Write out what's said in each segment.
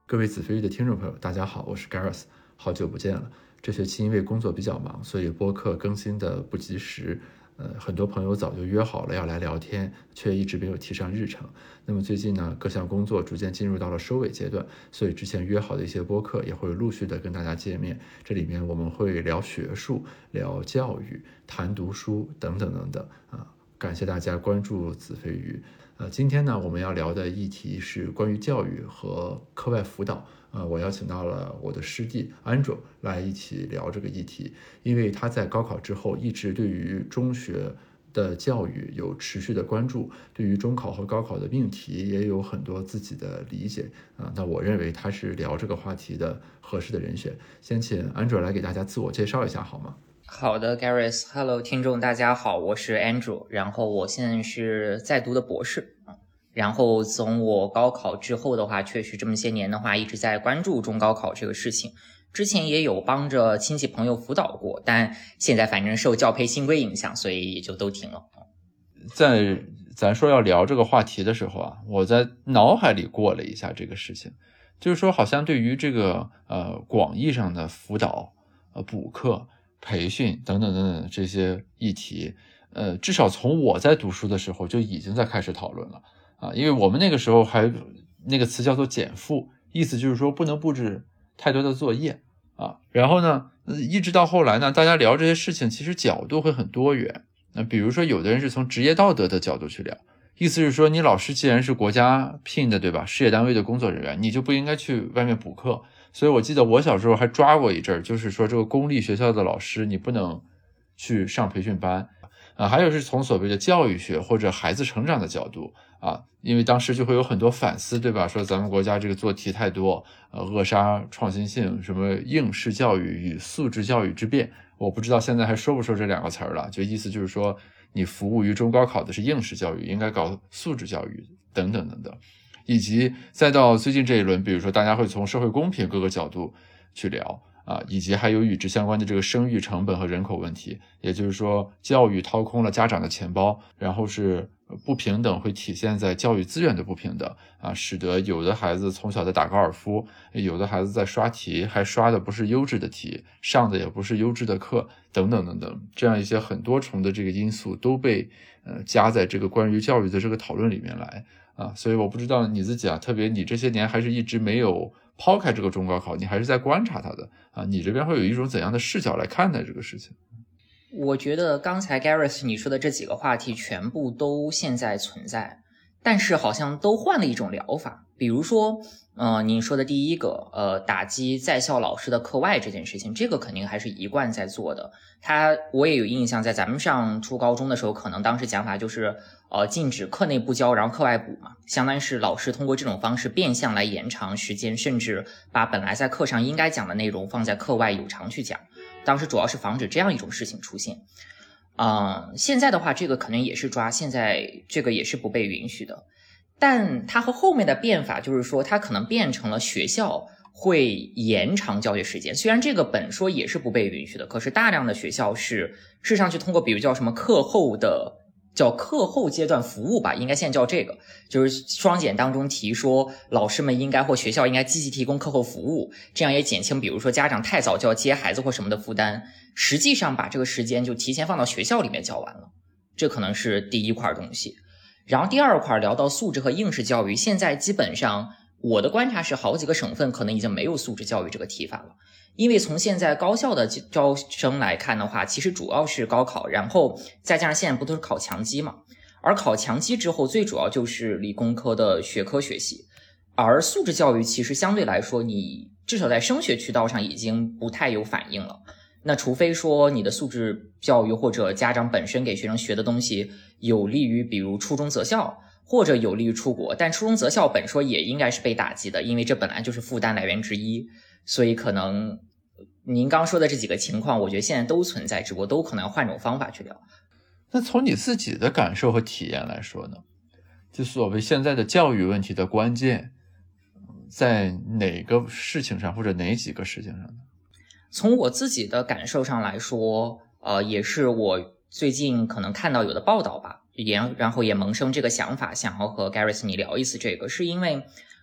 各位子非鱼的听众朋友，大家好，我是 Gareth， 好久不见了。这学期因为工作比较忙，所以播客更新的不及时。很多朋友早就约好了要来聊天，却一直没有提上日程。那么最近呢，各项工作逐渐进入到了收尾阶段，所以之前约好的一些播客也会陆续的跟大家见面。这里面我们会聊学术、聊教育、谈读书等等等等啊。感谢大家关注子非鱼。今天呢，我们要聊的议题是关于教育和课外辅导。我邀请到了我的师弟 Andrew 来一起聊这个议题，因为他在高考之后一直对于中学的教育有持续的关注，对于中考和高考的命题也有很多自己的理解那我认为他是聊这个话题的合适的人选。先请 Andrew 来给大家自我介绍一下好吗？ 好的 Gareth，Hello 听众大家好，我是 Andrew， 然后我现在是在读的博士，然后从我高考之后的话，确实这么些年的话一直在关注中高考这个事情，之前也有帮着亲戚朋友辅导过，但现在反正受教培新规影响，所以也就都停了。 在咱说要聊这个话题的时候啊，我在脑海里过了一下这个事情，就是说好像对于这个广义上的辅导、补课、培训等等等等这些议题，至少从我在读书的时候就已经在开始讨论了因为我们那个时候还那个词叫做减负，意思就是说不能布置太多的作业然后呢，一直到后来呢，大家聊这些事情其实角度会很多元。那比如说有的人是从职业道德的角度去聊，意思是说你老师既然是国家聘的对吧，事业单位的工作人员，你就不应该去外面补课。所以我记得我小时候还抓过一阵，就是说这个公立学校的老师你不能去上培训班还有是从所谓的教育学或者孩子成长的角度因为当时就会有很多反思对吧，说咱们国家这个做题太多扼杀创新性，什么应试教育与素质教育之辩，我不知道现在还说不说这两个词儿了，就意思就是说你服务于中高考的是应试教育，应该搞素质教育等等等等，以及再到最近这一轮，比如说大家会从社会公平各个角度去聊以及还有与之相关的这个生育成本和人口问题，也就是说教育掏空了家长的钱包，然后是不平等会体现在教育资源的不平等使得有的孩子从小在打高尔夫，有的孩子在刷题还刷的不是优质的题，上的也不是优质的课等等等等，这样一些很多重的这个因素都被加在这个关于教育的这个讨论里面来所以我不知道你自己特别你这些年还是一直没有抛开这个中高考，你还是在观察它的你这边会有一种怎样的视角来看待这个事情？ 我觉得刚才 Gareth 你说的这几个话题全部都现在存在，但是好像都换了一种疗法。比如说您说的第一个打击在校老师的课外这件事情，这个肯定还是一贯在做的。我也有印象，在咱们上初高中的时候，可能当时讲法就是禁止课内不教，然后课外补嘛，相当于是老师通过这种方式变相来延长时间，甚至把本来在课上应该讲的内容放在课外有偿去讲。当时主要是防止这样一种事情出现现在的话这个可能也是抓，现在这个也是不被允许的，但它和后面的变法就是说它可能变成了学校会延长教学时间，虽然这个本说也是不被允许的，可是大量的学校是事实上去通过比如叫什么课后阶段服务吧，应该现在叫这个，就是双减当中提说老师们应该或学校应该积极提供课后服务，这样也减轻比如说家长太早就要接孩子或什么的负担，实际上把这个时间就提前放到学校里面教完了，这可能是第一块东西。然后第二块聊到素质和应试教育，现在基本上我的观察是好几个省份可能已经没有素质教育这个提法了，因为从现在高校的招生来看的话，其实主要是高考，然后再加上现在不都是考强基嘛，而考强基之后最主要就是理工科的学科学习，而素质教育其实相对来说你至少在升学渠道上已经不太有反应了，那除非说你的素质教育或者家长本身给学生学的东西有利于比如初中择校或者有利于出国，但初中择校本说也应该是被打击的，因为这本来就是负担来源之一，所以可能您刚说的这几个情况我觉得现在都存在，只不过都可能要换种方法去聊。 那从你自己的感受和体验来说呢，就所谓现在的教育问题的关键在哪个事情上或者哪几个事情上呢？ 从我自己的感受上来说也是我最近可能看到有的报道吧，然后也萌生这个想法，想要和 Gareth 你聊一次这个，是因为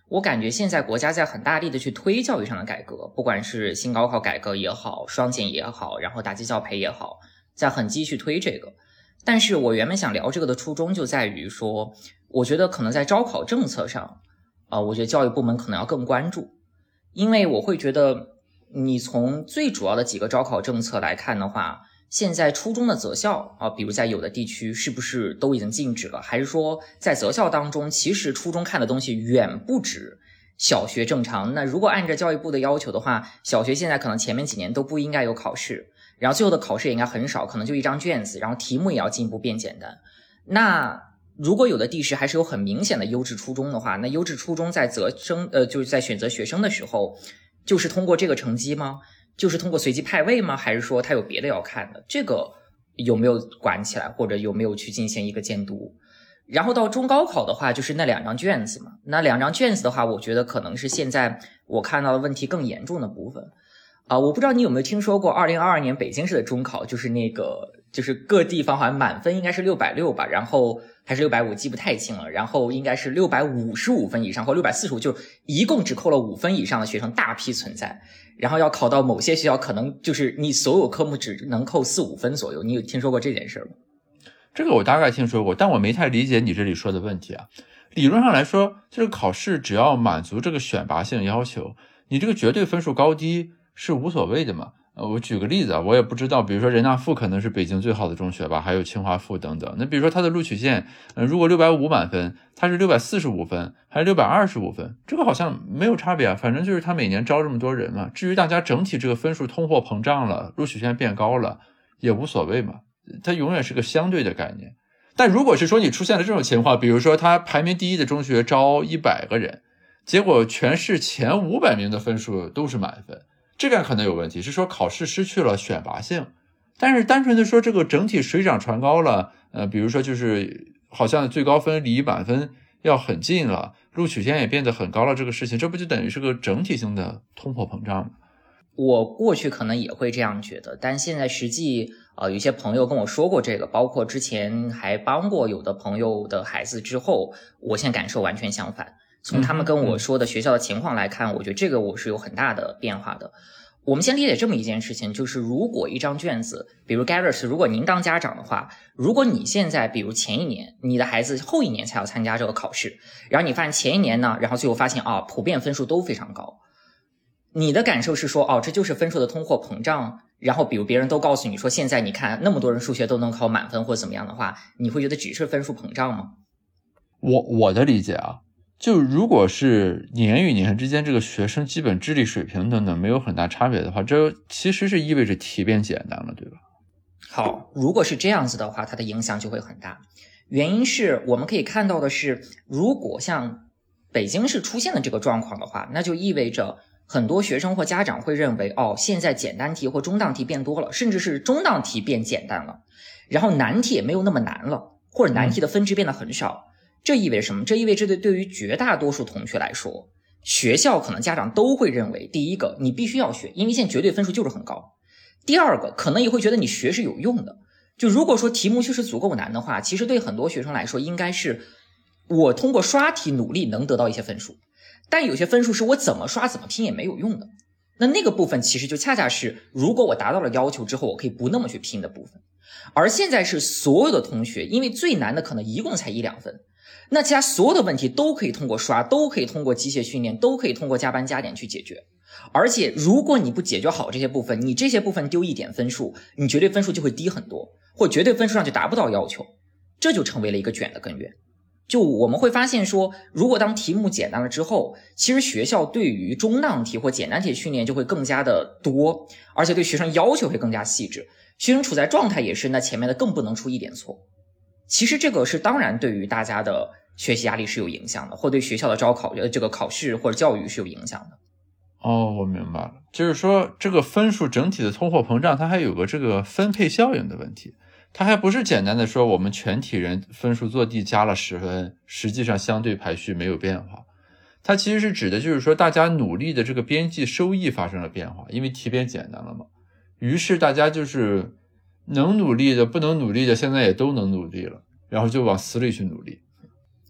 我感觉现在国家在很大力的去推教育上的改革，不管是新高考改革也好，双减也好，然后打击教培也好，在很积极去推这个。但是我原本想聊这个的初衷就在于说，我觉得可能在招考政策上，我觉得教育部门可能要更关注，因为我会觉得你从最主要的几个招考政策来看的话，现在初中的择校比如在有的地区是不是都已经禁止了，还是说在择校当中其实初中看的东西远不止小学正常。那如果按照教育部的要求的话，小学现在可能前面几年都不应该有考试，然后最后的考试也应该很少，可能就一张卷子，然后题目也要进一步变简单。那如果有的地市还是有很明显的优质初中的话，那优质初中在就是在选择学生的时候，就是通过这个成绩吗？就是通过随机派位吗？还是说他有别的要看的？这个有没有管起来，或者有没有去进行一个监督？然后到中高考的话，就是那2张卷子嘛。那2张卷子的话，我觉得可能是现在我看到的问题更严重的部分。我不知道你有没有听说过2022年北京市的中考，就是就是各地方好像满分应该是660吧，然后还是650，记不太清了，然后应该是655分以上或645，就一共只扣了5分以上的学生大批存在，然后要考到某些学校可能就是你所有科目只能扣4-5分左右。你有听说过这件事吗？ 这个我大概听说过，但我没太理解你这里说的问题啊。理论上来说，这个考试只要满足这个选拔性要求，你这个绝对分数高低是无所谓的嘛。我举个例子啊，我也不知道，比如说人大附可能是北京最好的中学吧，还有清华附等等。那比如说它的录取线，如果650满分，它是645分还是625分，这个好像没有差别啊，反正就是它每年招这么多人嘛。至于大家整体这个分数通货膨胀了，录取线变高了，也无所谓嘛，它永远是个相对的概念。但如果是说你出现了这种情况，比如说它排名第一的中学招100个人，结果全市前500名的分数都是满分，这个可能有问题，是说考试失去了选拔性。但是单纯的说这个整体水涨船高了，比如说就是好像最高分离满分要很近了，录取线也变得很高了，这个事情这不就等于是个整体性的通货膨胀吗？ 我过去可能也会这样觉得，但现在实际有些朋友跟我说过这个，包括之前还帮过有的朋友的孩子之后，我现在感受完全相反。从他们跟我说的学校的情况来看，我觉得这个我是有很大的变化的。我们先理解这么一件事情，就是如果一张卷子，比如 Gareth， 如果您当家长的话，如果你现在比如前一年你的孩子后一年才要参加这个考试，然后你发现前一年呢，然后最后发现普遍分数都非常高，你的感受是说这就是分数的通货膨胀，然后比如别人都告诉你说现在你看那么多人数学都能考满分或怎么样的话，你会觉得只是分数膨胀吗？ 我的理解啊，就如果是年与年之间这个学生基本智力水平等等没有很大差别的话，这其实是意味着题变简单了，对吧？ 好，如果是这样子的话，它的影响就会很大。原因是我们可以看到的是，如果像北京市出现的这个状况的话，那就意味着很多学生或家长会认为现在简单题或中档题变多了，甚至是中档题变简单了，然后难题也没有那么难了，或者难题的分值变得很少。这意味着什么？这意味着对于绝大多数同学来说，学校可能家长都会认为，第一个你必须要学，因为现在绝对分数就是很高。第二个可能也会觉得你学是有用的，就如果说题目就是足够难的话，其实对很多学生来说应该是我通过刷题努力能得到一些分数，但有些分数是我怎么刷怎么拼也没有用的，那个部分其实就恰恰是如果我达到了要求之后我可以不那么去拼的部分。而现在是所有的同学因为最难的可能一共才1-2分，那其他所有的问题都可以通过刷，都可以通过机械训练，都可以通过加班加点去解决。而且如果你不解决好这些部分，你这些部分丢1点分数，你绝对分数就会低很多，或绝对分数上就达不到要求，这就成为了一个卷的根源。就我们会发现说，如果当题目简单了之后，其实学校对于中档题或简单题训练就会更加的多，而且对学生要求会更加细致，学生处在状态也是那前面的更不能出一点错。其实这个是当然对于大家的学习压力是有影响的，或对学校的招考这个考试或者教育是有影响的。 我明白了，就是说这个分数整体的通货膨胀它还有个这个分配效应的问题，它还不是简单的说我们全体人分数坐地加了10分，实际上相对排序没有变化。它其实是指的就是说大家努力的这个边际收益发生了变化，因为题变简单了嘛，于是大家就是能努力的不能努力的现在也都能努力了，然后就往死里去努力。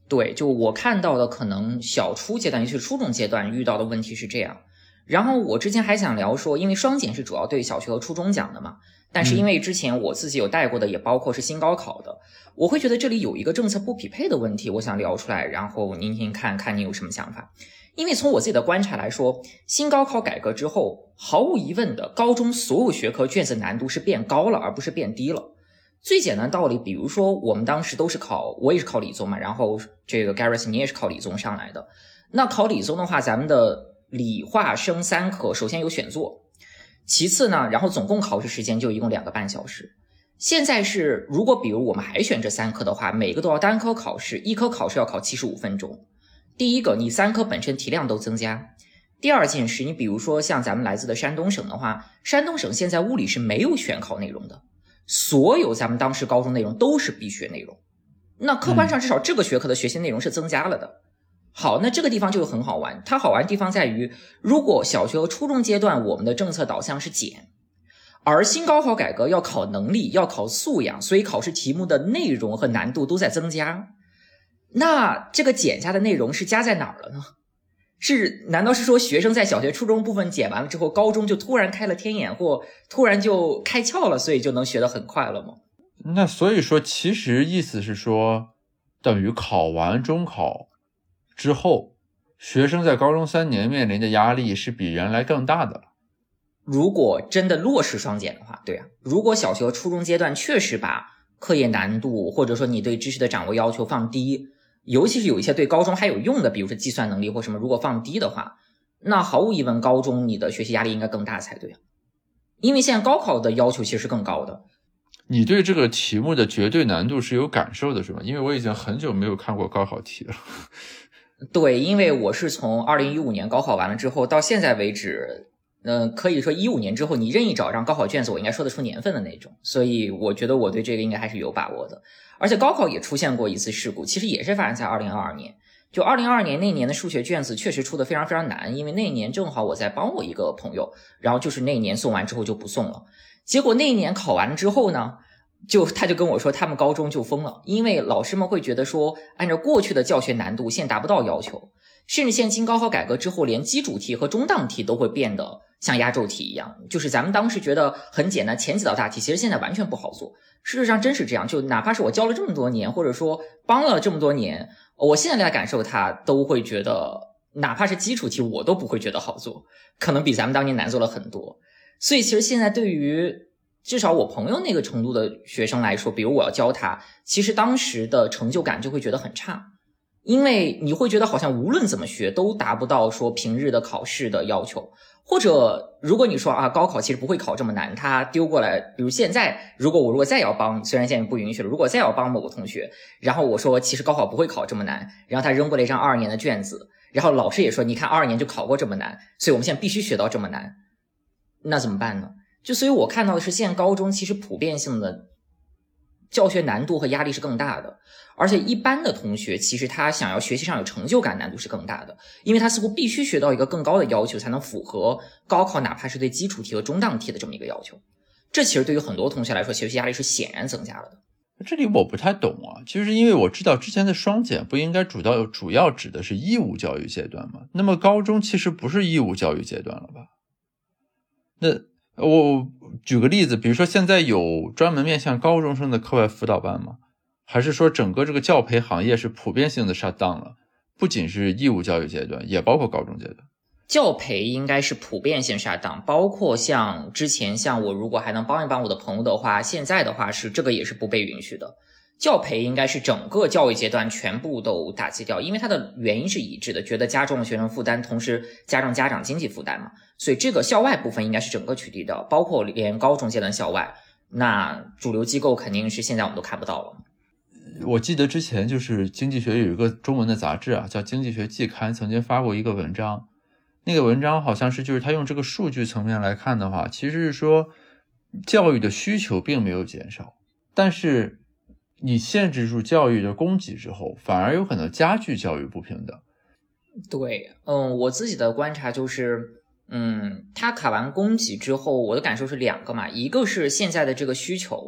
对，就我看到的可能小初阶段，尤其是初中阶段遇到的问题是这样。然后我之前还想聊说，因为双减是主要对小学和初中讲的嘛，但是因为之前我自己有带过的也包括是新高考的，我会觉得这里有一个政策不匹配的问题，我想聊出来，然后您听看看你有什么想法。因为从我自己的观察来说，新高考改革之后，毫无疑问的高中所有学科卷子难度是变高了，而不是变低了。最简单的道理，比如说我们当时都是我也是考理综嘛，然后这个 Gareth 你也是考理综上来的。那考理综的话，咱们的理化生3科首先有选做，其次呢，然后总共考试时间就一共2个半小时。现在是如果比如我们还选这3科的话，每个都要单科考试，一科考试要考75分钟。第一个，你3科本身题量都增加。第二件事，你比如说像咱们来自的山东省的话，山东省现在物理是没有选考内容的，所有咱们当时高中内容都是必学内容。那客观上至少这个学科的学习内容是增加了的。好，那这个地方就很好玩，它好玩的地方在于，如果小学和初中阶段我们的政策导向是减，而新高考改革要考能力，要考素养，所以考试题目的内容和难度都在增加。那这个减加的内容是加在哪儿了呢？难道是说学生在小学初中部分减完了之后，高中就突然开了天眼，或突然就开窍了，所以就能学得很快了吗？ 那所以说其实意思是说，等于考完中考之后，学生在高中3年面临的压力是比原来更大的了。 如果真的落实双减的话，对啊，如果小学和初中阶段确实把课业难度或者说你对知识的掌握要求放低，尤其是有一些对高中还有用的，比如说计算能力或什么，如果放低的话，那毫无疑问高中你的学习压力应该更大才对啊。因为现在高考的要求其实是更高的。 你对这个题目的绝对难度是有感受的是吧？因为我已经很久没有看过高考题了。 对，因为我是从2015年高考完了之后到现在为止，可以说15年之后你任意找张高考卷子我应该说得出年份的那种，所以我觉得我对这个应该还是有把握的。而且高考也出现过一次事故，其实也是发生在2022年。就2022年那年的数学卷子确实出得非常非常难，因为那一年正好我在帮我一个朋友，然后就是那一年送完之后就不送了。结果那一年考完之后呢，他就跟我说他们高中就疯了，因为老师们会觉得说按照过去的教学难度现在达不到要求，甚至现今高考改革之后连基础题和中档题都会变得像压轴题一样，就是咱们当时觉得很简单前几道大题其实现在完全不好做。事实上真是这样，就哪怕是我教了这么多年或者说帮了这么多年，我现在来感受它都会觉得哪怕是基础题我都不会觉得好做，可能比咱们当年难做了很多。所以其实现在对于至少我朋友那个程度的学生来说，比如我要教他，其实当时的成就感就会觉得很差，因为你会觉得好像无论怎么学都达不到说平日的考试的要求。或者如果你说高考其实不会考这么难，他丢过来，比如现在如果再要帮，虽然现在不允许了，如果再要帮某个同学，然后我说其实高考不会考这么难，然后他扔过来一张22年的卷子，然后老师也说你看22年就考过这么难，所以我们现在必须学到这么难，那怎么办呢？就所以我看到的是现在高中其实普遍性的教学难度和压力是更大的，而且一般的同学其实他想要学习上有成就感难度是更大的，因为他似乎必须学到一个更高的要求才能符合高考哪怕是对基础题和中档题的这么一个要求，这其实对于很多同学来说学习压力是显然增加了的。 这里我不太懂啊，就是因为我知道之前的双减不应该主要指的是义务教育阶段吗？那么高中其实不是义务教育阶段了吧？那我举个例子，比如说现在有专门面向高中生的课外辅导班吗？还是说整个这个教培行业是普遍性的 shut down 了，不仅是义务教育阶段，也包括高中阶段？ 教培应该是普遍性 shut down， 包括像之前像我如果还能帮一帮我的朋友的话，现在的话是这个也是不被允许的。教培应该是整个教育阶段全部都打击掉，因为它的原因是一致的，觉得加重了学生负担，同时加重家长经济负担嘛，所以这个校外部分应该是整个取缔的，包括连高中阶段校外，那主流机构肯定是现在我们都看不到了。 我记得之前就是经济学有一个中文的杂志叫《经济学季刊》，曾经发过一个文章，那个文章好像是就是他用这个数据层面来看的话，其实是说教育的需求并没有减少，但是你限制住教育的供给之后，反而有可能加剧教育不平等。 对，我自己的观察就是他卡完供给之后，我的感受是2个嘛，一个是现在的这个需求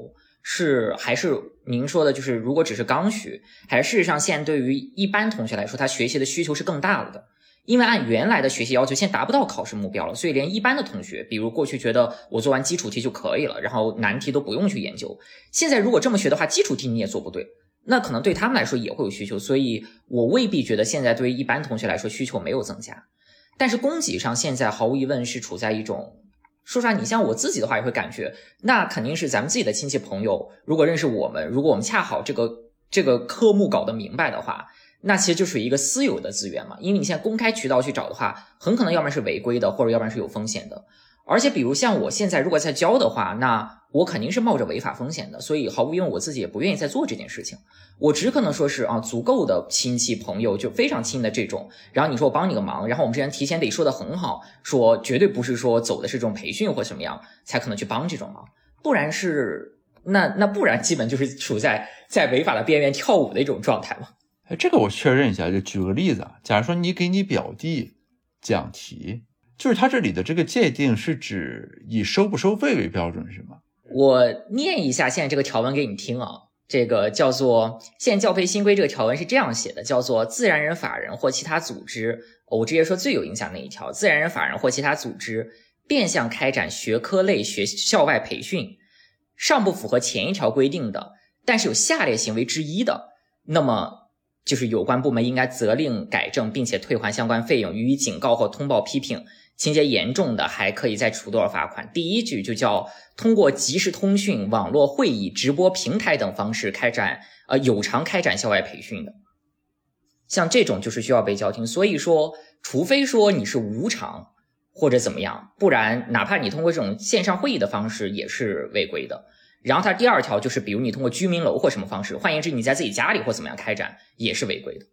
还是您说的，就是如果只是刚需，还是事实上现在对于一般同学来说，他学习的需求是更大了的。因为按原来的学习要求，现在达不到考试目标了，所以连一般的同学，比如过去觉得我做完基础题就可以了，然后难题都不用去研究，现在如果这么学的话，基础题你也做不对，那可能对他们来说也会有需求，所以我未必觉得现在对于一般同学来说需求没有增加。但是供给上现在毫无疑问是处在一种，说实话，你像我自己的话也会感觉，那肯定是咱们自己的亲戚朋友，如果认识我们，如果我们恰好这个科目搞得明白的话，那其实就属于一个私有的资源嘛，因为你现在公开渠道去找的话，很可能要不然是违规的，或者要不然是有风险的。而且比如像我现在如果在教的话，那我肯定是冒着违法风险的，所以毫无疑问我自己也不愿意再做这件事情。我只可能说是足够的亲戚朋友，就非常亲的这种，然后你说我帮你个忙，然后我们之前提前得说的很好，说绝对不是说走的是这种培训或什么样才可能去帮这种忙，不然是那不然基本就是处在违法的边缘跳舞的一种状态嘛。 这个我确认一下，就举个例子啊，假如说你给你表弟讲题，就是他这里的这个界定是指以收不收费为标准是吗？ 我念一下现在这个条文给你听啊，这个叫做现在教培新规这个条文是这样写的，叫做自然人、法人或其他组织，我直接说最有影响那一条，自然人、法人或其他组织变相开展学科类校外培训，尚不符合前一条规定的，但是有下列行为之一的，那么就是有关部门应该责令改正并且退还相关费用，予以警告或通报批评，情节严重的还可以再处多少罚款。第一句就叫通过即时通讯、网络会议、直播平台等方式有偿开展校外培训的，像这种就是需要被叫停。所以说除非说你是无偿或者怎么样，不然哪怕你通过这种线上会议的方式也是违规的。然后它第二条就是比如你通过居民楼或什么方式，换言之你在自己家里或怎么样开展也是违规的。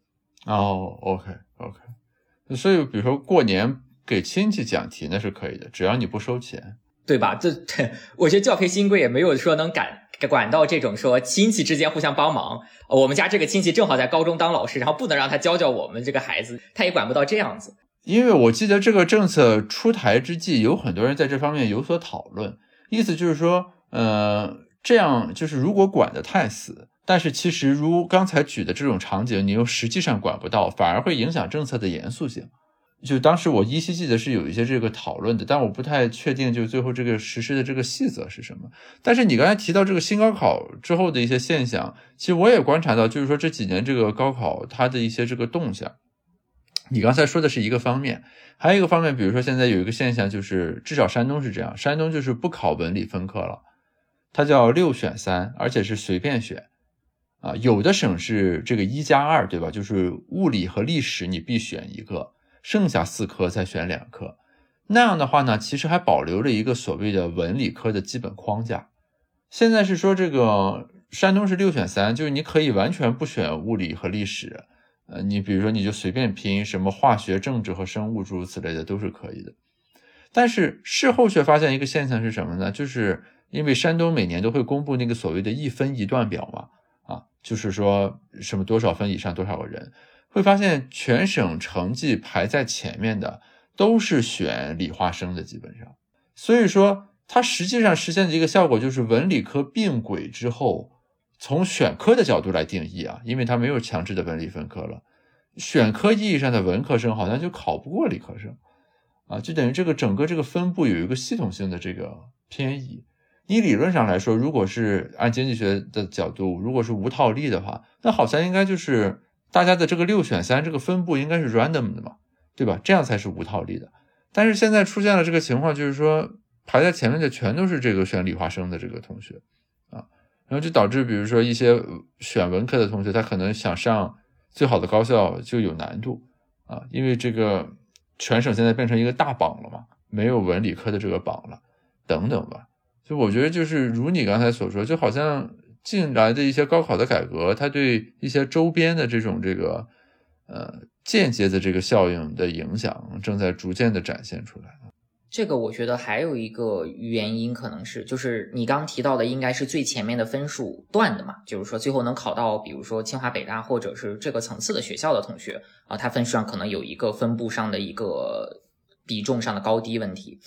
OK， 所以比如说过年给亲戚讲题那是可以的，只要你不收钱， 对吧？我觉得教培新规也没有说能管到这种说亲戚之间互相帮忙，我们家这个亲戚正好在高中当老师，然后不能让他教我们这个孩子，他也管不到这样子。 因为我记得这个政策出台之际，有很多人在这方面有所讨论，意思就是说这样就是如果管得太死，但是其实如刚才举的这种场景你又实际上管不到，反而会影响政策的严肃性。就当时我依稀记得是有一些这个讨论的，但我不太确定就最后这个实施的这个细则是什么。但是你刚才提到这个新高考之后的一些现象，其实我也观察到，就是说这几年这个高考它的一些这个动向，你刚才说的是一个方面，还有一个方面，比如说现在有一个现象，就是至少山东是这样，山东就是不考文理分科了，它叫6选3，而且是随便选啊。有的省是这个1+2，对吧？就是物理和历史你必选一个，剩下4科再选2科。那样的话呢，其实还保留了一个所谓的文理科的基本框架。现在是说这个山东是6选3，就是你可以完全不选物理和历史，你比如说你就随便拼什么化学、政治和生物诸如此类的都是可以的。但是事后却发现一个现象是什么呢？就是因为山东每年都会公布那个所谓的1分1段表嘛，就是说什么多少分以上多少个人，会发现全省成绩排在前面的都是选理化生的基本上。所以说它实际上实现的一个效果就是文理科并轨之后，从选科的角度来定义因为它没有强制的文理分科了，选科意义上的文科生好像就考不过理科生就等于这个整个这个分布有一个系统性的这个偏移。你理论上来说，如果是按经济学的角度，如果是无套利的话，那好像应该就是大家的这个6选3这个分布应该是 random 的嘛，对吧？这样才是无套利的。但是现在出现了这个情况，就是说排在前面的全都是这个选理化生的这个同学然后就导致比如说一些选文科的同学，他可能想上最好的高校就有难度因为这个全省现在变成一个大榜了嘛，没有文理科的这个榜了等等吧。就我觉得就是如你刚才所说，就好像近来的一些高考的改革，它对一些周边的这种间接的这个效应的影响正在逐渐的展现出来。 这个我觉得还有一个原因可能是，就是你刚提到的应该是最前面的分数段的嘛，就是说最后能考到比如说清华北大或者是这个层次的学校的同学他分数上可能有一个分布上的一个比重上的高低问题。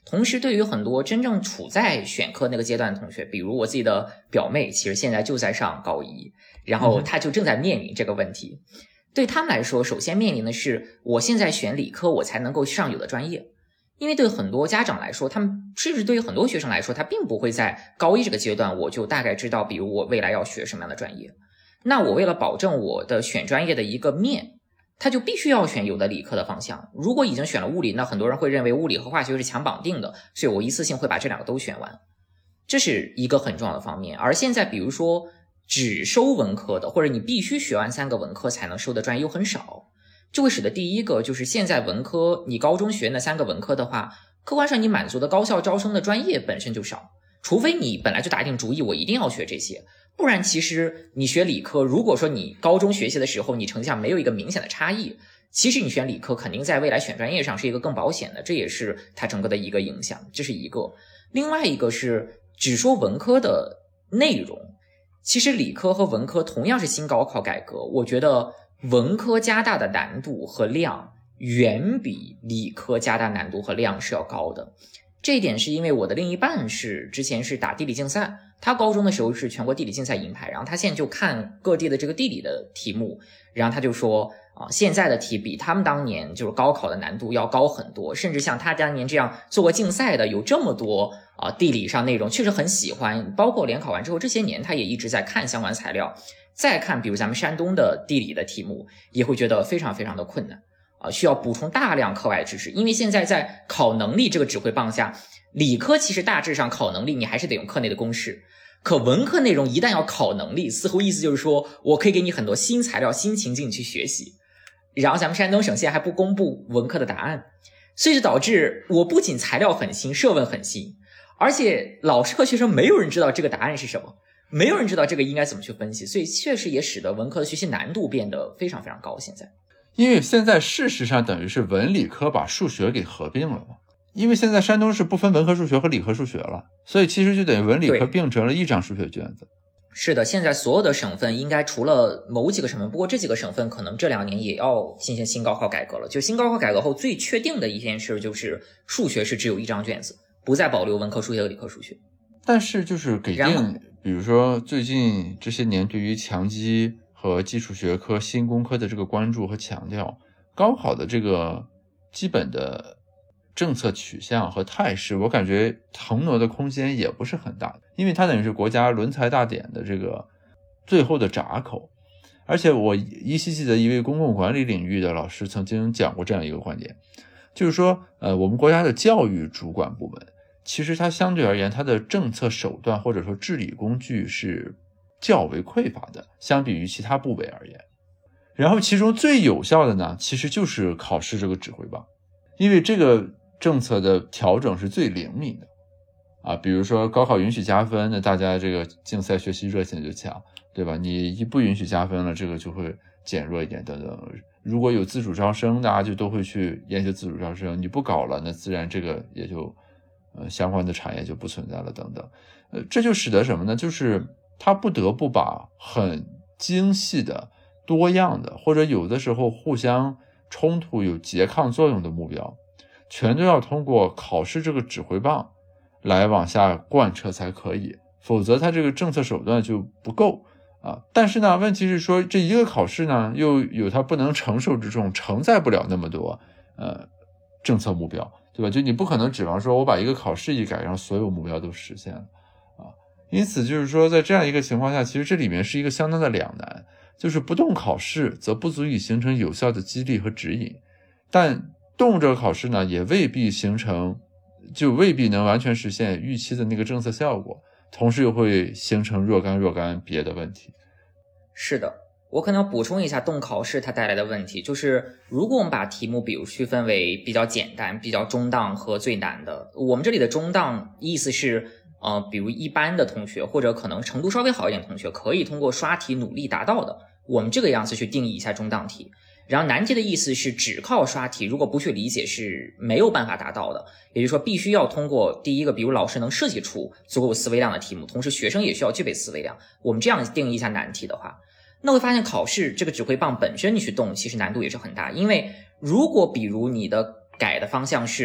同时对于很多真正处在选课那个阶段的同学，比如我自己的表妹，其实现在就在上高一，然后她就正在面临这个问题。对他们来说，首先面临的是我现在选理科我才能够上有的专业。因为对很多家长来说，他们甚至对于很多学生来说，他并不会在高一这个阶段我就大概知道比如我未来要学什么样的专业。那我为了保证我的选专业的一个面，他就必须要选有的理科的方向。如果已经选了物理，那很多人会认为物理和化学是强绑定的，所以我一次性会把这两个都选完。这是一个很重要的方面。而现在比如说只收文科的，或者你必须学完3个文科才能收的专业又很少，就会使得第一个就是现在文科你高中学那3个文科的话，客观上你满足的高校招生的专业本身就少，除非你本来就打定主意我一定要学这些，不然其实你学理科，如果说你高中学习的时候你成绩上没有一个明显的差异，其实你选理科肯定在未来选专业上是一个更保险的，这也是它整个的一个影响，这是一个。另外一个是只说文科的内容，其实理科和文科同样是新高考改革，我觉得文科加大的难度和量远比理科加大难度和量是要高的。这一点是因为我的另一半之前是打地理竞赛，他高中的时候是全国地理竞赛银牌，然后他现在就看各地的这个地理的题目，然后他就说现在的题比他们当年就是高考的难度要高很多，甚至像他当年这样做过竞赛的有这么多地理上内容确实很喜欢，包括联考完之后这些年他也一直在看相关材料，再看比如咱们山东的地理的题目也会觉得非常非常的困难需要补充大量课外知识。因为现在在考能力这个指挥棒下，理科其实大致上考能力你还是得用课内的公式，可文科内容一旦要考能力，似乎意思就是说我可以给你很多新材料新情境去学习，然后咱们山东省现在还不公布文科的答案，所以就导致我不仅材料很新，设问很新，而且老师和学生没有人知道这个答案是什么，没有人知道这个应该怎么去分析，所以确实也使得文科的学习难度变得非常非常高。现在因为现在事实上等于是文理科把数学给合并了嘛，因为现在山东是不分文科数学和理科数学了，所以其实就等于文理科并成了一张数学卷子。 是的，现在所有的省份应该除了某几个省份，不过这几个省份可能这2年也要进行新高考改革了。就新高考改革后最确定的一件事就是数学是只有一张卷子，不再保留文科数学和理科数学。 但是就是给定，比如说最近这些年对于强基和基础学科新工科的这个关注和强调，高考的这个基本的政策取向和态势，我感觉腾挪的空间也不是很大，因为它等于是国家伦才大典的这个最后的闸口。而且我依稀记得一位公共管理领域的老师曾经讲过这样一个观点，就是说我们国家的教育主管部门其实它相对而言它的政策手段或者说治理工具是较为匮乏的，相比于其他部委而言。然后其中最有效的呢，其实就是考试这个指挥棒，因为这个政策的调整是最灵敏的比如说高考允许加分，那大家这个竞赛学习热情就强，对吧？你一不允许加分了，这个就会减弱一点等等。如果有自主招生，大家就都会去研究自主招生，你不搞了，那自然这个也就相关的产业就不存在了等等。这就使得什么呢？就是他不得不把很精细的多样的或者有的时候互相冲突有拮抗作用的目标全都要通过考试这个指挥棒来往下贯彻才可以，否则它这个政策手段就不够但是呢，问题是说这一个考试呢又有它不能承受之重，承载不了那么多政策目标，对吧？就你不可能指望说我把一个考试一改让所有目标都实现了因此就是说在这样一个情况下，其实这里面是一个相当的两难，就是不动考试则不足以形成有效的激励和指引，但动这个考试呢也未必能完全实现预期的那个政策效果，同时又会形成若干别的问题。 是的，我可能要补充一下动考试它带来的问题，就是如果我们把题目比如区分为比较简单、比较中档和最难的，我们这里的中档意思是比如一般的同学或者可能程度稍微好一点的同学可以通过刷题努力达到的，我们这个样子去定义一下中档题。然后难题的意思是只靠刷题如果不去理解是没有办法达到的，也就是说必须要通过第一个比如老师能设计出足够思维量的题目，同时学生也需要具备思维量，我们这样定义一下难题的话，那会发现考试这个指挥棒本身你去动其实难度也是很大。因为如果比如你的改的方向是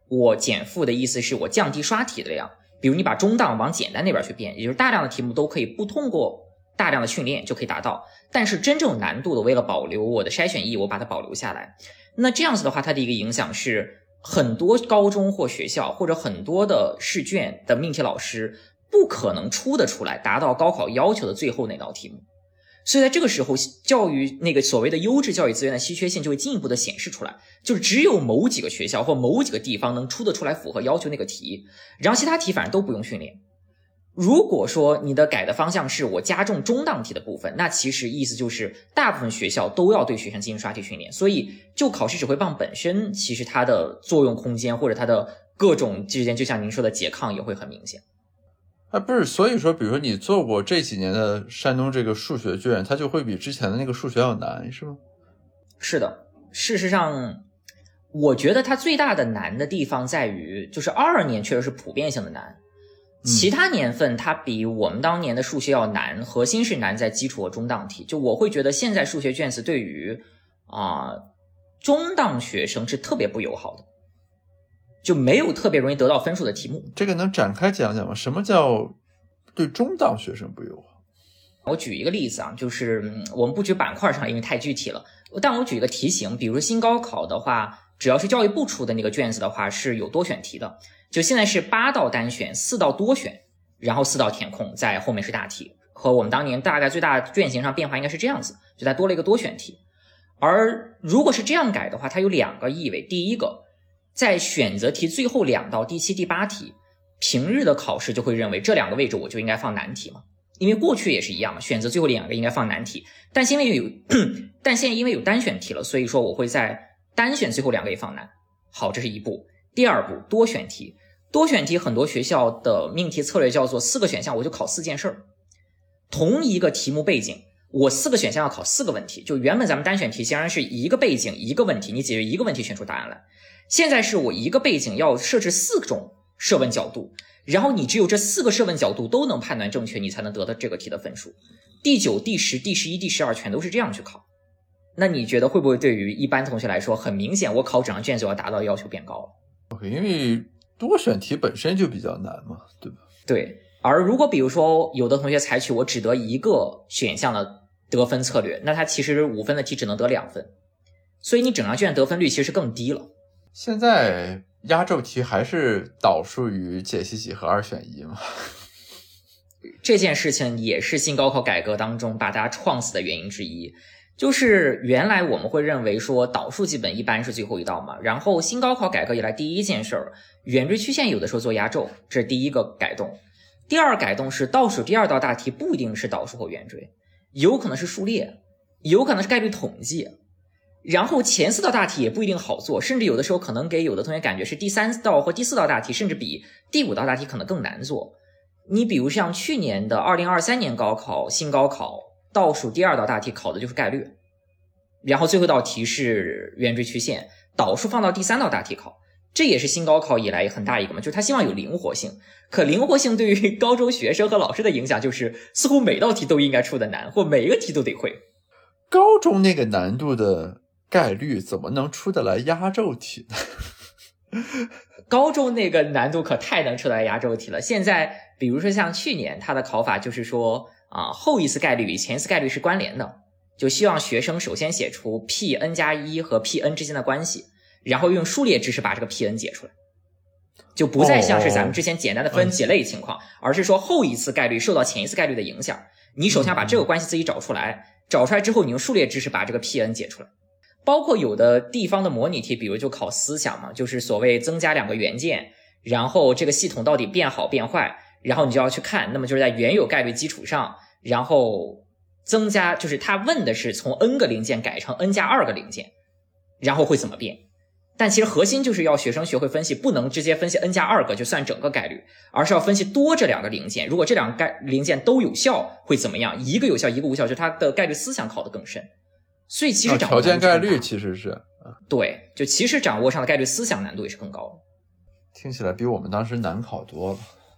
我减负的意思是我降低刷题的量，比如你把中档往简单那边去变，也就是大量的题目都可以不通过大量的训练就可以达到，但是真正有难度的，为了保留我的筛选意义，我把它保留下来。那这样子的话，它的一个影响是很多高中或学校或者很多的试卷的命题老师不可能出得出来达到高考要求的最后那道题目。所以在这个时候，教育那个所谓的优质教育资源的稀缺性就会进一步的显示出来，就是只有某几个学校或某几个地方能出得出来符合要求那个题，然后其他题反正都不用训练。如果说你的改的方向是我加重中档题的部分，那其实意思就是大部分学校都要对学生进行刷题训练，所以就考试指挥棒本身，其实它的作用空间或者它的各种之间，就像您说的拮抗也会很明显。 不是，所以说比如说你做过这几年的山东这个数学卷，它就会比之前的那个数学要难，是吗？ 是的，事实上我觉得它最大的难的地方在于，就是22年确实是普遍性的难，其他年份它比我们当年的数学要难，核心是难在基础和中档题。就我会觉得现在数学卷子对于中档学生是特别不友好的，就没有特别容易得到分数的题目。 这个能展开讲讲吗？什么叫对中档学生不友好？ 我举一个例子啊，就是我们不举板块上，因为太具体了，但我举一个题型，比如说新高考的话，只要是教育部出的那个卷子的话是有多选题的，就现在是8道单选，4道多选，然后4道填空，在后面是大题，和我们当年大概最大卷型上变化应该是这样子，就它多了一个多选题。而如果是这样改的话，它有2个意味。第一个，在选择题最后2道第7、第8题，平日的考试就会认为这2个位置我就应该放难题嘛，因为过去也是一样嘛，选择最后2个应该放难题，但现在因为有单选题了，所以说我会在单选最后2个也放难。好，这是一步。第二步，多选题。多选题很多学校的命题策略叫做4个选项我就考4件事儿，同一个题目背景，我4个选项要考4个问题。就原本咱们单选题显然是一个背景一个问题，你解决一个问题选出答案来，现在是我一个背景要设置4种设问角度，然后你只有这4个设问角度都能判断正确，你才能得到这个题的分数。第9、第10、第11、第12全都是这样去考。那你觉得会不会对于一般同学来说，很明显我考整张卷子要达到的要求变高了？ OK， 因为多选题本身就比较难嘛，对吧？ 对。而如果比如说有的同学采取我只得一个选项的得分策略，那他其实5分的题只能得2分，所以你整张卷得分率其实更低了。 现在压轴题还是导数与解析几何2选1嘛？ 这件事情也是新高考改革当中把大家创死的原因之一，就是原来我们会认为说导数基本一般是最后一道嘛，然后新高考改革以来第一件事儿，圆锥曲线有的时候做压轴，这是第一个改动。第二改动是倒数第2道大题不一定是导数或圆锥，有可能是数列，有可能是概率统计，然后前4道大题也不一定好做，甚至有的时候可能给有的同学感觉是第3道或第4道大题甚至比第5道大题可能更难做。你比如像去年的2023年高考新高考，倒数第2道大题考的就是概率，然后最后一道题是圆锥曲线，导数放到第3道大题考，这也是新高考以来很大一个嘛，就是他希望有灵活性。可灵活性对于高中学生和老师的影响就是似乎每道题都应该出的难，或每一个题都得会。 高中那个难度的概率怎么能出得来压轴题呢？ 高中那个难度可太能出得来压轴题了。现在比如说像去年他的考法就是说后一次概率与前一次概率是关联的，就希望学生首先写出 Pn+1 和 Pn 之间的关系，然后用数列知识把这个 Pn 解出来，就不再像是咱们之前简单的分几类情况，而是说后一次概率受到前一次概率的影响，你首先要把这个关系自己找出来，找出来之后你用数列知识把这个 Pn 解出来。包括有的地方的模拟题，比如就考思想嘛，就是所谓增加2个元件，然后这个系统到底变好变坏，然后你就要去看，那么就是在原有概率基础上，然后增加，就是他问的是从 n 个零件改成 n+2个零件，然后会怎么变。但其实核心就是要学生学会分析，不能直接分析 n+2个就算整个概率，而是要分析多这2个零件，如果这2个零件都有效会怎么样，一个有效一个无效，就它的概率思想考得更深。所以其实掌握条件概率其实是对，就其实掌握上的概率思想难度也是更高的。 听起来比我们当时难考多了。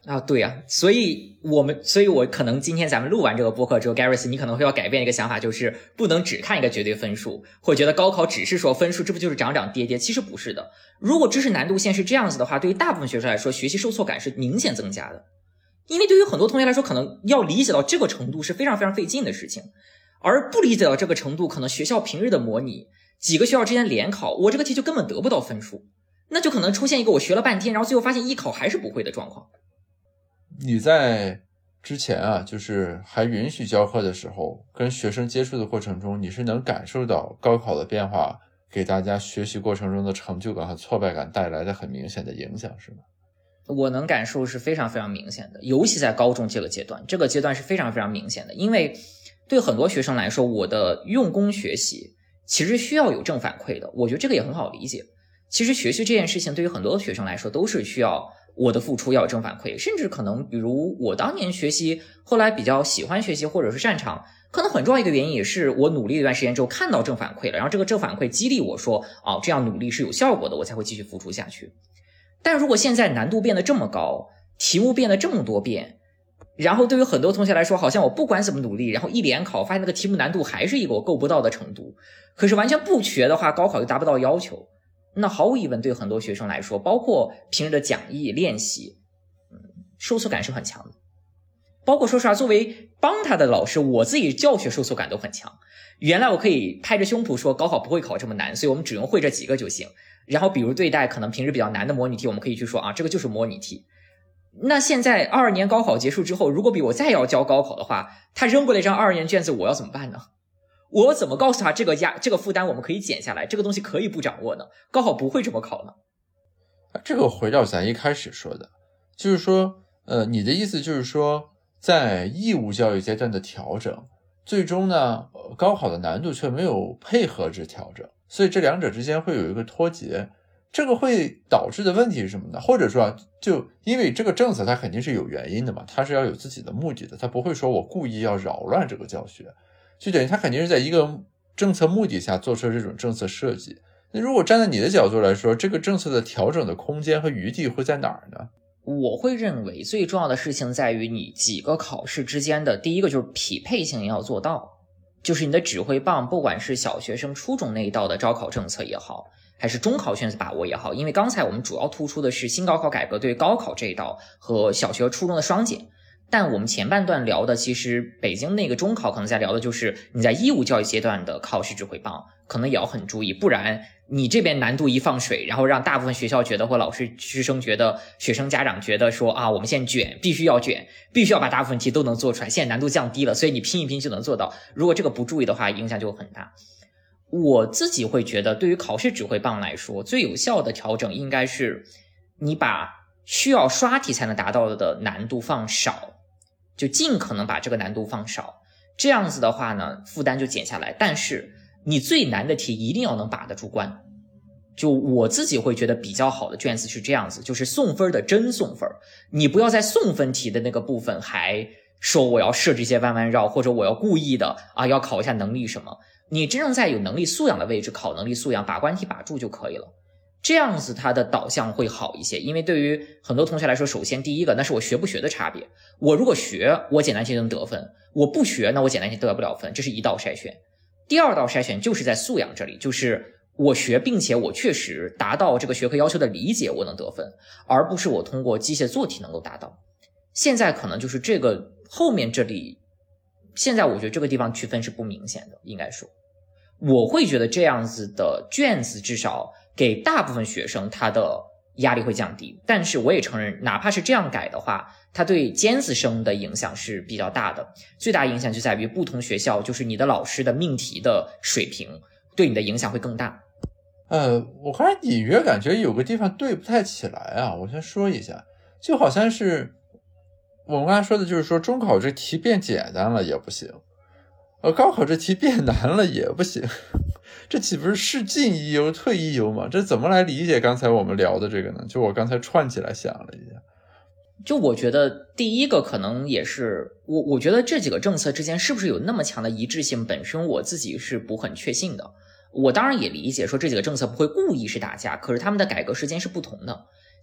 啊，对啊，所以我可能今天咱们录完这个播客之后 ，Gareth 你可能会要改变一个想法，就是不能只看一个绝对分数，或者觉得高考只是说分数，这不就是涨涨跌跌？其实不是的。如果知识难度线是这样子的话，对于大部分学生来说，学习受挫感是明显增加的。因为对于很多同学来说，可能要理解到这个程度是非常非常费劲的事情，而不理解到这个程度，可能学校平日的模拟，几个学校之间联考，我这个题就根本得不到分数，那就可能出现一个我学了半天，然后最后发现艺考还是不会的状况。 你在之前啊，就是还允许教课的时候，跟学生接触的过程中，你是能感受到高考的变化给大家学习过程中的成就感和挫败感带来的很明显的影响，是吗？ 我能感受是非常非常明显的，尤其在高中这个阶段是非常非常明显的。因为对很多学生来说，我的用功学习其实需要有正反馈的，我觉得这个也很好理解。其实学习这件事情对于很多学生来说都是需要我的付出要有正反馈，甚至可能比如我当年学习后来比较喜欢学习或者是擅长，可能很重要一个原因也是我努力一段时间之后看到正反馈了，然后这个正反馈激励我说这样努力是有效果的，我才会继续付出下去。但如果现在难度变得这么高，题目变得这么多遍，然后对于很多同学来说，好像我不管怎么努力，然后一联考发现那个题目难度还是一个我够不到的程度，可是完全不学的话，高考又达不到要求，那毫无疑问对很多学生来说，包括平时的讲义练习受挫感是很强的。包括说实话，作为帮他的老师，我自己教学受挫感都很强。原来我可以拍着胸脯说高考不会考这么难，所以我们只用会这几个就行。然后比如对待可能平时比较难的模拟题，我们可以去说这个就是模拟题。那现在22年高考结束之后，如果比我再要教高考的话，他扔过来一张22年卷子，我要怎么办呢？我怎么告诉他这个负担我们可以减下来，这个东西可以不掌握呢？高考不会这么考呢？ 这个回到咱一开始说的，就是说你的意思就是说在义务教育阶段的调整，最终呢高考的难度却没有配合之调整，所以这两者之间会有一个脱节。这个会导致的问题是什么呢？或者说就因为这个政策它肯定是有原因的嘛，它是要有自己的目的的，它不会说我故意要扰乱这个教学，就等于它肯定是在一个政策目的下做出这种政策设计。那如果站在你的角度来说，这个政策的调整的空间和余地会在哪儿呢？ 我会认为最重要的事情在于你几个考试之间的第一个就是匹配性要做到，就是你的指挥棒不管是小学生初中那一道的招考政策也好，还是中考卷子把握也好，因为刚才我们主要突出的是新高考改革对高考这一道和小学初中的双减，但我们前半段聊的其实北京那个中考可能在聊的就是你在义务教育阶段的考试指挥棒可能也要很注意，不然你这边难度一放水，然后让大部分学校觉得或老师师生觉得学生家长觉得说我们现在卷必须要把大部分题都能做出来，现在难度降低了，所以你拼一拼就能做到，如果这个不注意的话影响就很大。我自己会觉得对于考试指挥棒来说，最有效的调整应该是你把需要刷题才能达到的难度放少，就尽可能把这个难度放少，这样子的话呢负担就减下来，但是你最难的题一定要能把得住关。就我自己会觉得比较好的卷子是这样子，就是送分的真送分，你不要在送分题的那个部分还说我要设置一些弯弯绕，或者我要故意的要考一下能力什么，你真正在有能力素养的位置考能力素养，把关题把住就可以了，这样子它的导向会好一些。因为对于很多同学来说，首先第一个那是我学不学的差别，我如果学我简单题能得分，我不学那我简单题得不了分，这是一道筛选。第二道筛选就是在素养这里，就是我学并且我确实达到这个学科要求的理解我能得分，而不是我通过机械做题能够达到。现在可能就是这个后面这里，现在我觉得这个地方区分是不明显的，应该说我会觉得这样子的卷子至少给大部分学生他的压力会降低，但是我也承认哪怕是这样改的话，它对尖子生的影响是比较大的，最大影响就在于不同学校就是你的老师的命题的水平对你的影响会更大。 我刚才隐约感觉有个地方对不太起来啊，我先说一下，就好像是我们刚才说的就是说中考这题变简单了也不行，高考这题变难了也不行，这岂不是是进亦忧退亦忧吗？这怎么来理解刚才我们聊的这个呢？就我刚才串起来想了一下， 就我觉得第一个可能也是我觉得这几个政策之间是不是有那么强的一致性，本身我自己是不很确信的。我当然也理解说这几个政策不会故意是打架，可是他们的改革时间是不同的。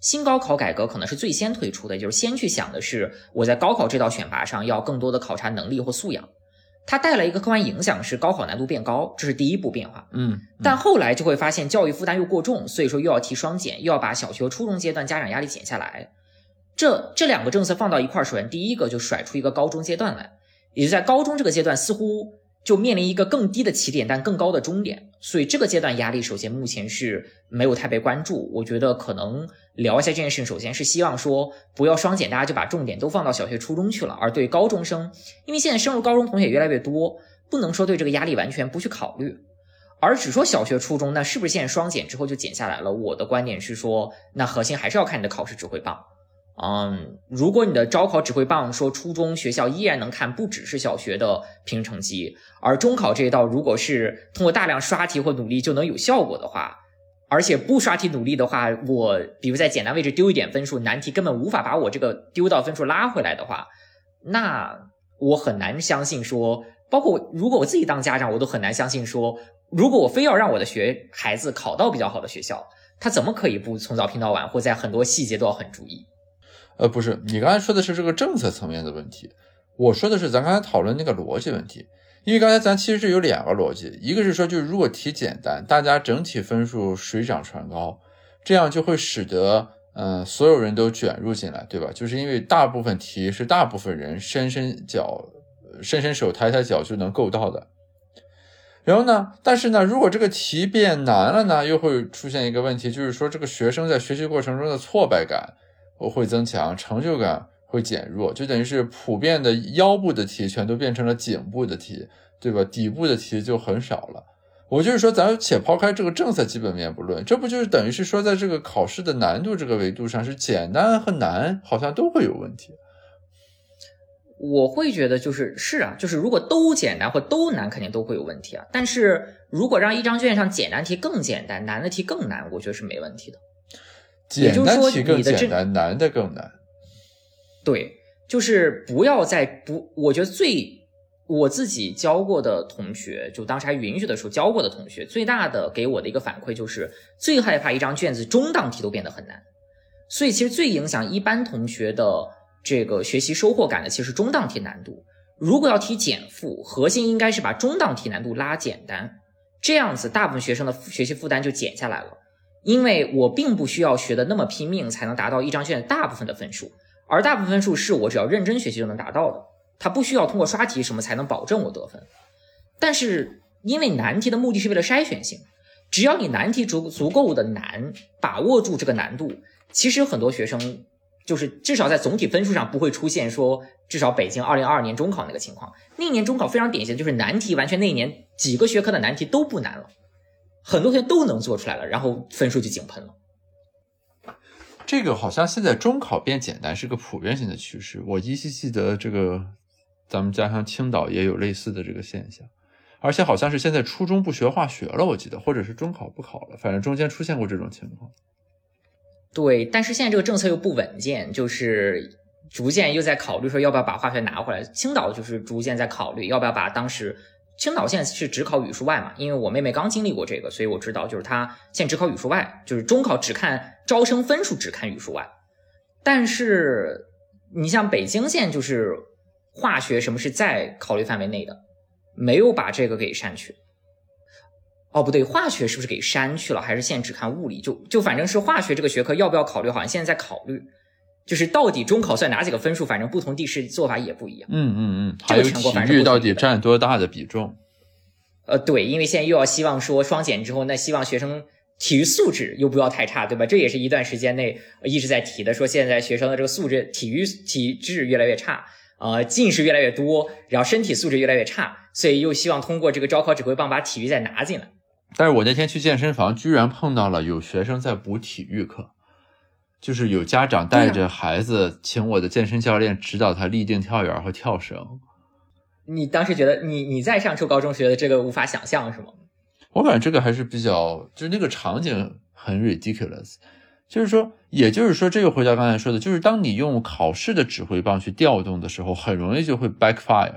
新高考改革可能是最先推出的，就是先去想的是我在高考这道选拔上要更多的考察能力或素养。它带来一个客观影响是高考难度变高，这是第一步变化。但后来就会发现教育负担又过重，所以说又要提双减，又要把小学、初中阶段家长压力减下来。这两个政策放到一块儿，首先第一个就甩出一个高中阶段来，也就在高中这个阶段似乎就面临一个更低的起点但更高的终点，所以这个阶段压力首先目前是没有太被关注。我觉得可能聊一下这件事，首先是希望说不要双减，大家就把重点都放到小学初中去了，而对高中生，因为现在升入高中同学越来越多，不能说对这个压力完全不去考虑，而只说小学初中，那是不是现在双减之后就减下来了？我的观点是说，那核心还是要看你的考试指挥棒。如果你的招考指挥棒说初中学校依然能看不只是小学的平时成绩，而中考这一道如果是通过大量刷题或努力就能有效果的话，而且不刷题努力的话，我比如在简单位置丢一点分数，难题根本无法把我这个丢到分数拉回来的话，那我很难相信说，包括如果我自己当家长，我都很难相信说，如果我非要让我的孩子考到比较好的学校，他怎么可以不从早拼到晚，或在很多细节都要很注意？ 不是，你刚才说的是这个政策层面的问题，我说的是咱刚才讨论那个逻辑问题。因为刚才咱其实是有两个逻辑，一个是说就是如果题简单，大家整体分数水涨船高，这样就会使得所有人都卷入进来，对吧？就是因为大部分题是大部分人伸伸手抬抬脚就能够到的。然后呢，但是呢，如果这个题变难了呢，又会出现一个问题，就是说这个学生在学习过程中的挫败感会增强，成就感会减弱，就等于是普遍的腰部的题全都变成了颈部的题，对吧？底部的题就很少了。我就是说咱且抛开这个政策基本面不论，这不就是等于是说在这个考试的难度这个维度上，是简单和难好像都会有问题。 我会觉得就是如果都简单或都难肯定都会有问题啊，但是如果让一张卷上简单题更简单，难的题更难，我觉得是没问题的。 简单题更简单，难的更难。 对，就是不要我觉得我自己教过的同学，就当时还允许的时候教过的同学，最大的给我的一个反馈就是最害怕一张卷子中档题都变得很难。所以其实最影响一般同学的这个学习收获感的其实是中档题难度。如果要题减负，核心应该是把中档题难度拉简单，这样子大部分学生的学习负担就减下来了。因为我并不需要学的那么拼命才能达到一张卷子大部分的分数，而大部分分数是我只要认真学习就能达到的，它不需要通过刷题什么才能保证我得分。但是因为难题的目的是为了筛选性，只要你难题足够的难，把握住这个难度，其实很多学生就是至少在总体分数上不会出现说至少北京2022年中考那个情况。那一年中考非常典型的就是难题完全那一年几个学科的难题都不难了，很多同学都能做出来了，然后分数就井喷了。 这个好像现在中考变简单是个普遍性的趋势，我依稀记得这个咱们家乡青岛也有类似的这个现象，而且好像是现在初中不学化学了，我记得，或者是中考不考了，反正中间出现过这种情况。 对，但是现在这个政策又不稳健，就是逐渐又在考虑说要不要把化学拿回来。青岛就是逐渐在考虑要不要把当时青岛现在是只考语数外嘛，因为我妹妹刚经历过这个，所以我知道就是她现在只考语数外，就是中考只看招生分数，只看语数外。但是你像北京现在就是化学什么是在考虑范围内的，没有把这个给删去。哦，不对，化学是不是给删去了？还是现在只看物理？就反正是化学这个学科要不要考虑，好像现在在考虑。就是到底中考算哪几个分数，反正不同地市做法也不一样。 还有体育到底占多大的比重？ 对，因为现在又要希望说双减之后，那希望学生体育素质又不要太差，对吧？这也是一段时间内一直在提的，说现在学生的这个素质体质越来越差，近视越来越多，然后身体素质越来越差，所以又希望通过这个招考指挥棒把体育再拿进来。 但是我那天去健身房居然碰到了有学生在补体育课，就是有家长带着孩子请我的健身教练指导他立定跳远和跳绳。 你当时觉得你在上初高中学的这个无法想象是吗？ 我感觉这个还是比较，就是那个场景很 ridiculous， 就是说，也就是说这个回答刚才说的，就是当你用考试的指挥棒去调动的时候，很容易就会 backfire，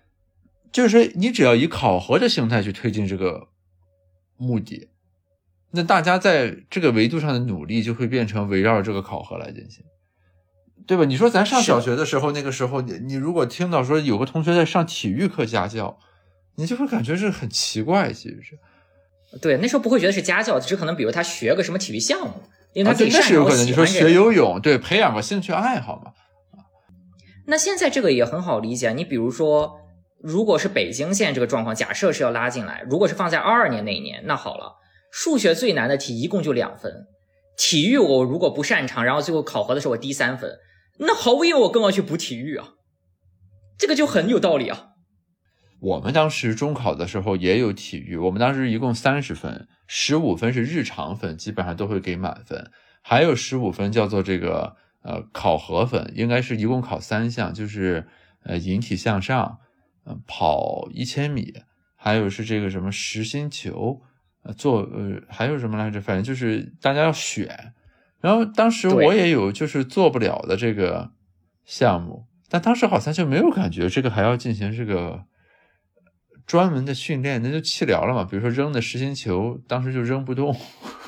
就是说你只要以考核的形态去推进这个目的， 那大家在这个维度上的努力就会变成围绕着这个考核来进行，对吧？你说咱上小学的时候，那个时候你如果听到说有个同学在上体育课家教，你就会感觉是很奇怪，其实是。 对，那时候不会觉得是家教，只可能比如他学个什么体育项目，因为他自己擅长、 那是有可能。你说学游泳，对，培养个兴趣爱好嘛。 那现在这个也很好理解，你比如说，如果是北京现在这个状况，假设是要拉进来，如果是放在22年那一年，那好了，数学最难的题一共就2分，体育我如果不擅长，然后最后考核的时候我低3分，那毫无疑问我更要去补体育啊，这个就很有道理啊。 我们当时中考的时候也有体育，我们当时一共30分，15分是日常分，基本上都会给满分，还有15分叫做这个考核分，应该是一共考3项，就是引体向上，跑1000米，还有是这个什么实心球，还有什么来着，反正就是大家要选。然后当时我也有就是做不了的这个项目，但当时好像就没有感觉这个还要进行这个专门的训练，那就气疗了嘛。比如说扔的实心球，当时就扔不动。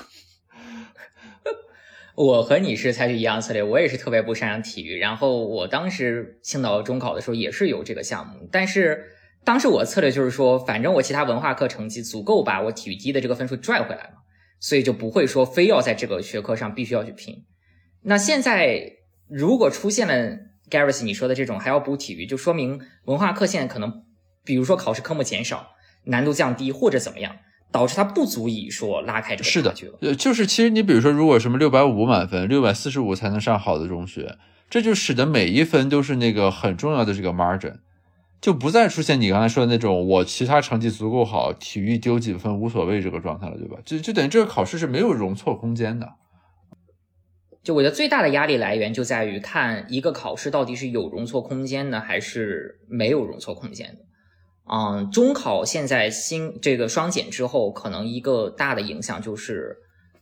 我和你是采取一样策略，我也是特别不擅长体育，然后我当时青岛中考的时候也是有这个项目，但是当时我的策略就是说，反正我其他文化课成绩足够把我体育低的这个分数拽回来嘛，所以就不会说非要在这个学科上必须要去拼。那现在如果出现了 Gareth 你说的这种还要补体育，就说明文化课现在可能比如说考试科目减少，难度降低或者怎么样，导致它不足以说拉开这个差距了。 是的，就是其实你比如说如果什么650满分645才能上好的中学，这就使得每一分都是那个很重要的这个 margin， 就不再出现你刚才说的那种我其他成绩足够好，体育丢几分无所谓这个状态了，对吧？就等于这个考试是没有容错空间的。 就我觉得最大的压力来源就在于看一个考试到底是有容错空间的还是没有容错空间的。中考现在这个双减之后，可能一个大的影响就是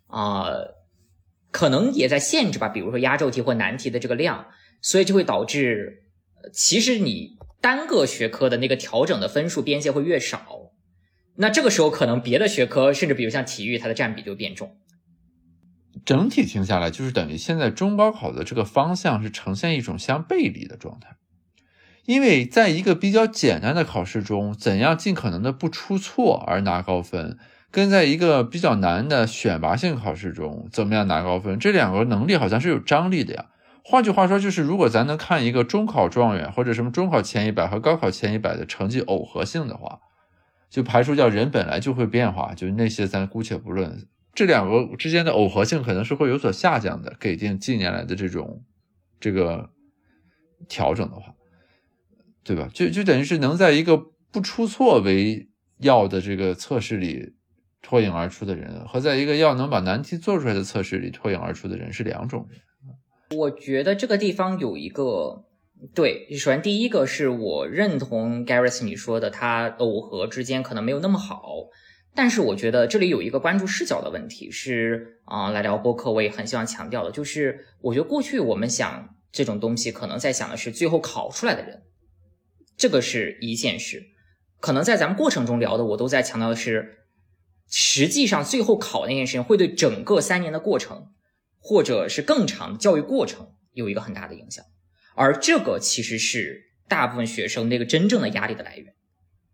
可能也在限制吧，比如说压轴题或难题的这个量，所以就会导致其实你单个学科的那个调整的分数边界会越少，那这个时候可能别的学科甚至比如像体育它的占比就变重。 整体听下来就是等于现在中高考的这个方向是呈现一种相背离的状态。因为在一个比较简单的考试中，怎样尽可能的不出错而拿高分，跟在一个比较难的选拔性考试中怎么样拿高分，这两个能力好像是有张力的呀。换句话说，就是如果咱能看一个中考状元或者什么中考前100和高考前100的成绩耦合性的话，就排除掉人本来就会变化，就是那些咱姑且不论，这两个之间的耦合性可能是会有所下降的，给定近年来的这个调整的话，对吧？就等于是能在一个不出错为要的这个测试里脱颖而出的人，和在一个要能把难题做出来的测试里脱颖而出的人是两种人。 我觉得这个地方有一个对，首先第一个是我认同 Gareth 你说的，他耦合之间可能没有那么好，但是我觉得这里有一个关注视角的问题是来聊播客我也很希望强调的，就是我觉得过去我们想这种东西可能在想的是最后考出来的人，这个是一件事，可能在咱们过程中聊的我都在强调的是实际上最后考那件事情会对整个3年的过程或者是更长的教育过程有一个很大的影响，而这个其实是大部分学生那个真正的压力的来源，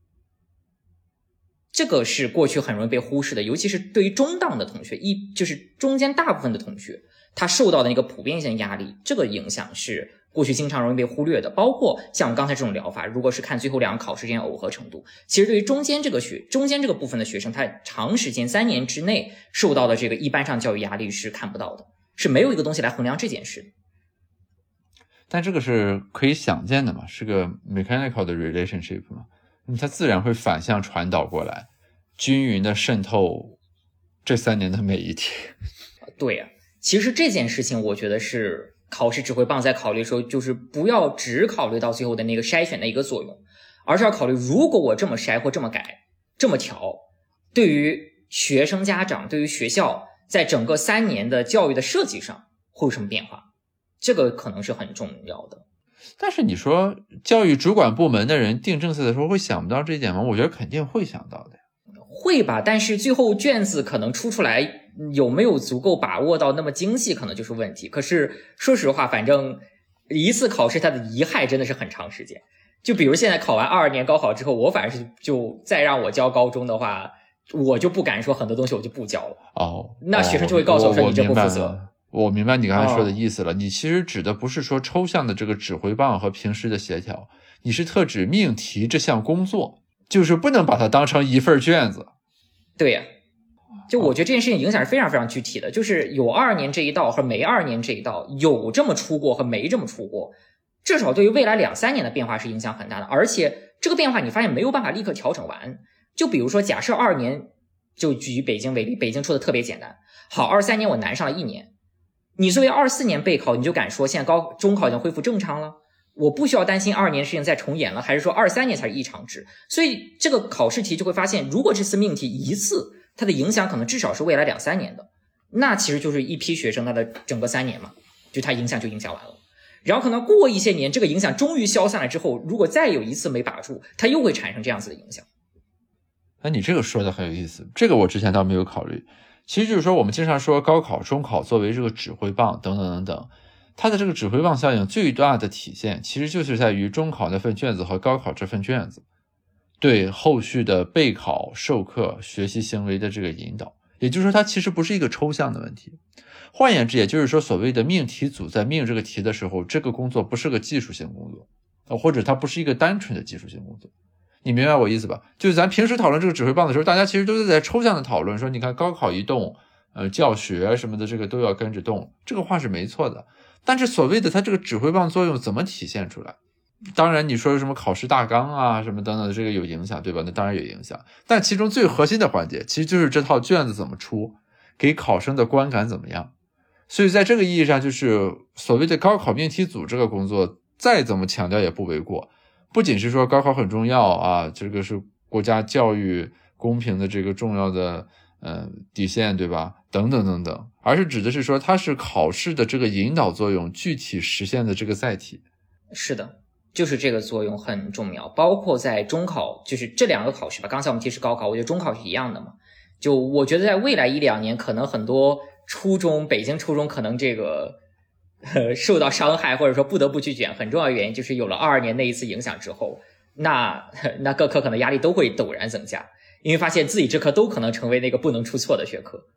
这个是过去很容易被忽视的，尤其是对于中档的同学，就是中间大部分的同学他受到的那个普遍性压力，这个影响是过去经常容易被忽略的。包括像我们刚才这种疗法，如果是看最后2个考试之间耦合程度，其实对于中间这个部分的学生，他长时间3年之内受到的这个一般上教育压力是看不到的，是没有一个东西来衡量这件事。 但这个是可以想见的嘛，是个 mechanical 的 relationship 嘛，它自然会反向传导过来，均匀的渗透这3年的每一题。 对啊，其实这件事情我觉得是考试指挥棒在考虑的时候，就是不要只考虑到最后的那个筛选的一个作用，而是要考虑如果我这么筛或这么改这么调，对于学生家长对于学校在整个3年的教育的设计上会有什么变化，这个可能是很重要的。 但是你说教育主管部门的人定政策的时候会想不到这一点吗？我觉得肯定会想到的。 会吧，但是最后卷子可能出来有没有足够把握到那么精细，可能就是问题。可是说实话，反正一次考试它的遗害真的是很长时间。就比如现在考完22年高考之后，我反而是就再让我教高中的话，我就不敢说很多东西我就不教了。那学生就会告诉我说你这不负责。 我明白你刚才说的意思了，你其实指的不是说抽象的这个指挥棒和平时的协调，你是特指命题这项工作，就是不能把它当成一份卷子。 对呀，就我觉得这件事情影响是非常非常具体的，就是有22年这一道和没22年这一道，有这么出过和没这么出过，至少对于未来2-3年的变化是影响很大的。而且这个变化你发现没有办法立刻调整完。就比如说假设22年，就举北京为例，北京出的特别简单，好，23年我难上了1年，你作为24年备考，你就敢说现在中考已经恢复正常了，我不需要担心22年事情再重演了，还是说23年才是异常值？所以这个考试题就会发现，如果这次命题一次，它的影响可能至少是未来2-3年的，那其实就是一批学生他的整个3年嘛，就他影响就影响完了。然后可能过一些年，这个影响终于消散了之后，如果再有一次没把住，它又会产生这样子的影响。 你这个说的很有意思，这个我之前倒没有考虑。其实就是说我们经常说高考中考作为这个指挥棒等等等等，它的这个指挥棒效应最大的体现其实就是在于中考那份卷子和高考这份卷子对后续的备考授课学习行为的这个引导。也就是说它其实不是一个抽象的问题，换言之也就是说所谓的命题组在命这个题的时候，这个工作不是个技术性工作，或者它不是一个单纯的技术性工作。你明白我意思吧？就是咱平时讨论这个指挥棒的时候，大家其实都是在抽象的讨论，说你看高考一动，教学什么的这个都要跟着动，这个话是没错的。但是所谓的它这个指挥棒作用怎么体现出来？当然你说什么考试大纲啊什么等等的这个有影响，对吧？那当然有影响，但其中最核心的环节其实就是这套卷子怎么出，给考生的观感怎么样。所以在这个意义上，就是所谓的高考命题组这个工作再怎么强调也不为过。不仅是说高考很重要啊，这个是国家教育公平的这个重要的底线，对吧？等等等等，而是指的是说它是考试的这个引导作用具体实现的这个载体。 是的，就是这个作用很重要，包括在中考，就是这2个考试吧。刚才我们提示高考，我觉得中考是一样的嘛。就我觉得在未来1-2年，可能很多北京初中可能这个受到伤害，或者说不得不去卷，很重要的原因就是有了22年那一次影响之后，那各科可能压力都会陡然增加，因为发现自己这科都可能成为那个不能出错的学科。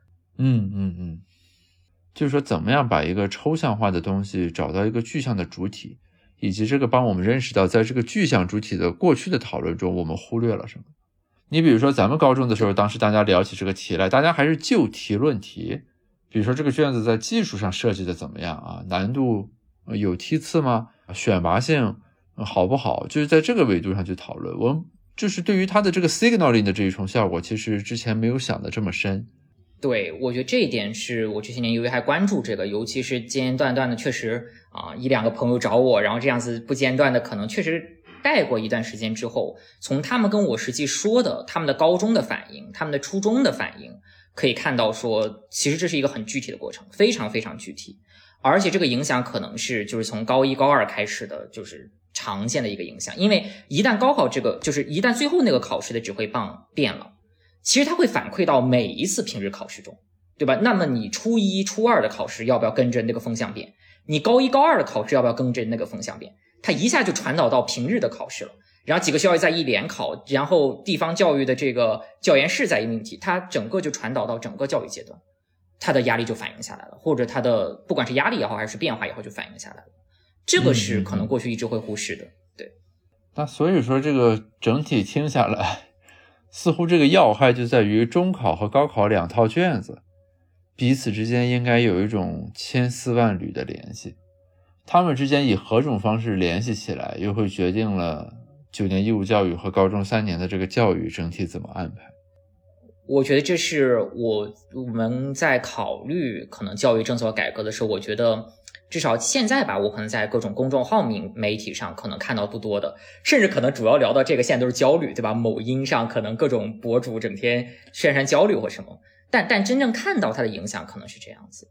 就是说怎么样把一个抽象化的东西找到一个具象的主体，以及这个帮我们认识到在这个具象主体的过去的讨论中我们忽略了什么。你比如说咱们高中的时候，当时大家聊起这个题来，大家还是就题论题，比如说这个卷子在技术上设计的怎么样啊？难度有梯次吗？选拔性好不好？就是在这个维度上去讨论。我们就是对于它的这个 signaling 的这一重效果，其实之前没有想的这么深。 对，我觉得这一点是我这些年由于还关注这个，尤其是间间断断的，确实1-2个朋友找我，然后这样子不间断的，可能确实带过一段时间之后，从他们跟我实际说的，他们的高中的反应，他们的初中的反应，可以看到说，其实这是一个很具体的过程，非常非常具体，而且这个影响可能是就是从高1、高2开始的，就是长线的一个影响。因为一旦高考这个，就是一旦最后那个考试的指挥棒变了，其实它会反馈到每一次平日考试中，对吧？那么你初1、初2的考试要不要跟着那个风向变？你高1、高2的考试要不要跟着那个风向变？它一下就传导到平日的考试了。然后几个学校再一联考，然后地方教育的这个教研室再一命题，它整个就传导到整个教育阶段，它的压力就反映下来了，或者它的不管是压力也好还是变化也好就反映下来了。这个是可能过去一直会忽视的。对， 那所以说这个整体听下来，似乎这个要害就在于中考和高考2套卷子彼此之间应该有一种千丝万缕的联系，他们之间以何种方式联系起来，又会决定了9年义务教育和高中3年的这个教育整体怎么安排。 我觉得这是我们在考虑可能教育政策改革的时候，我觉得至少现在吧，我可能在各种公众号媒体上可能看到不多的，甚至可能主要聊到这个现在都是焦虑，对吧？某音上可能各种博主整天渲染焦虑或什么，但真正看到它的影响可能是这样子。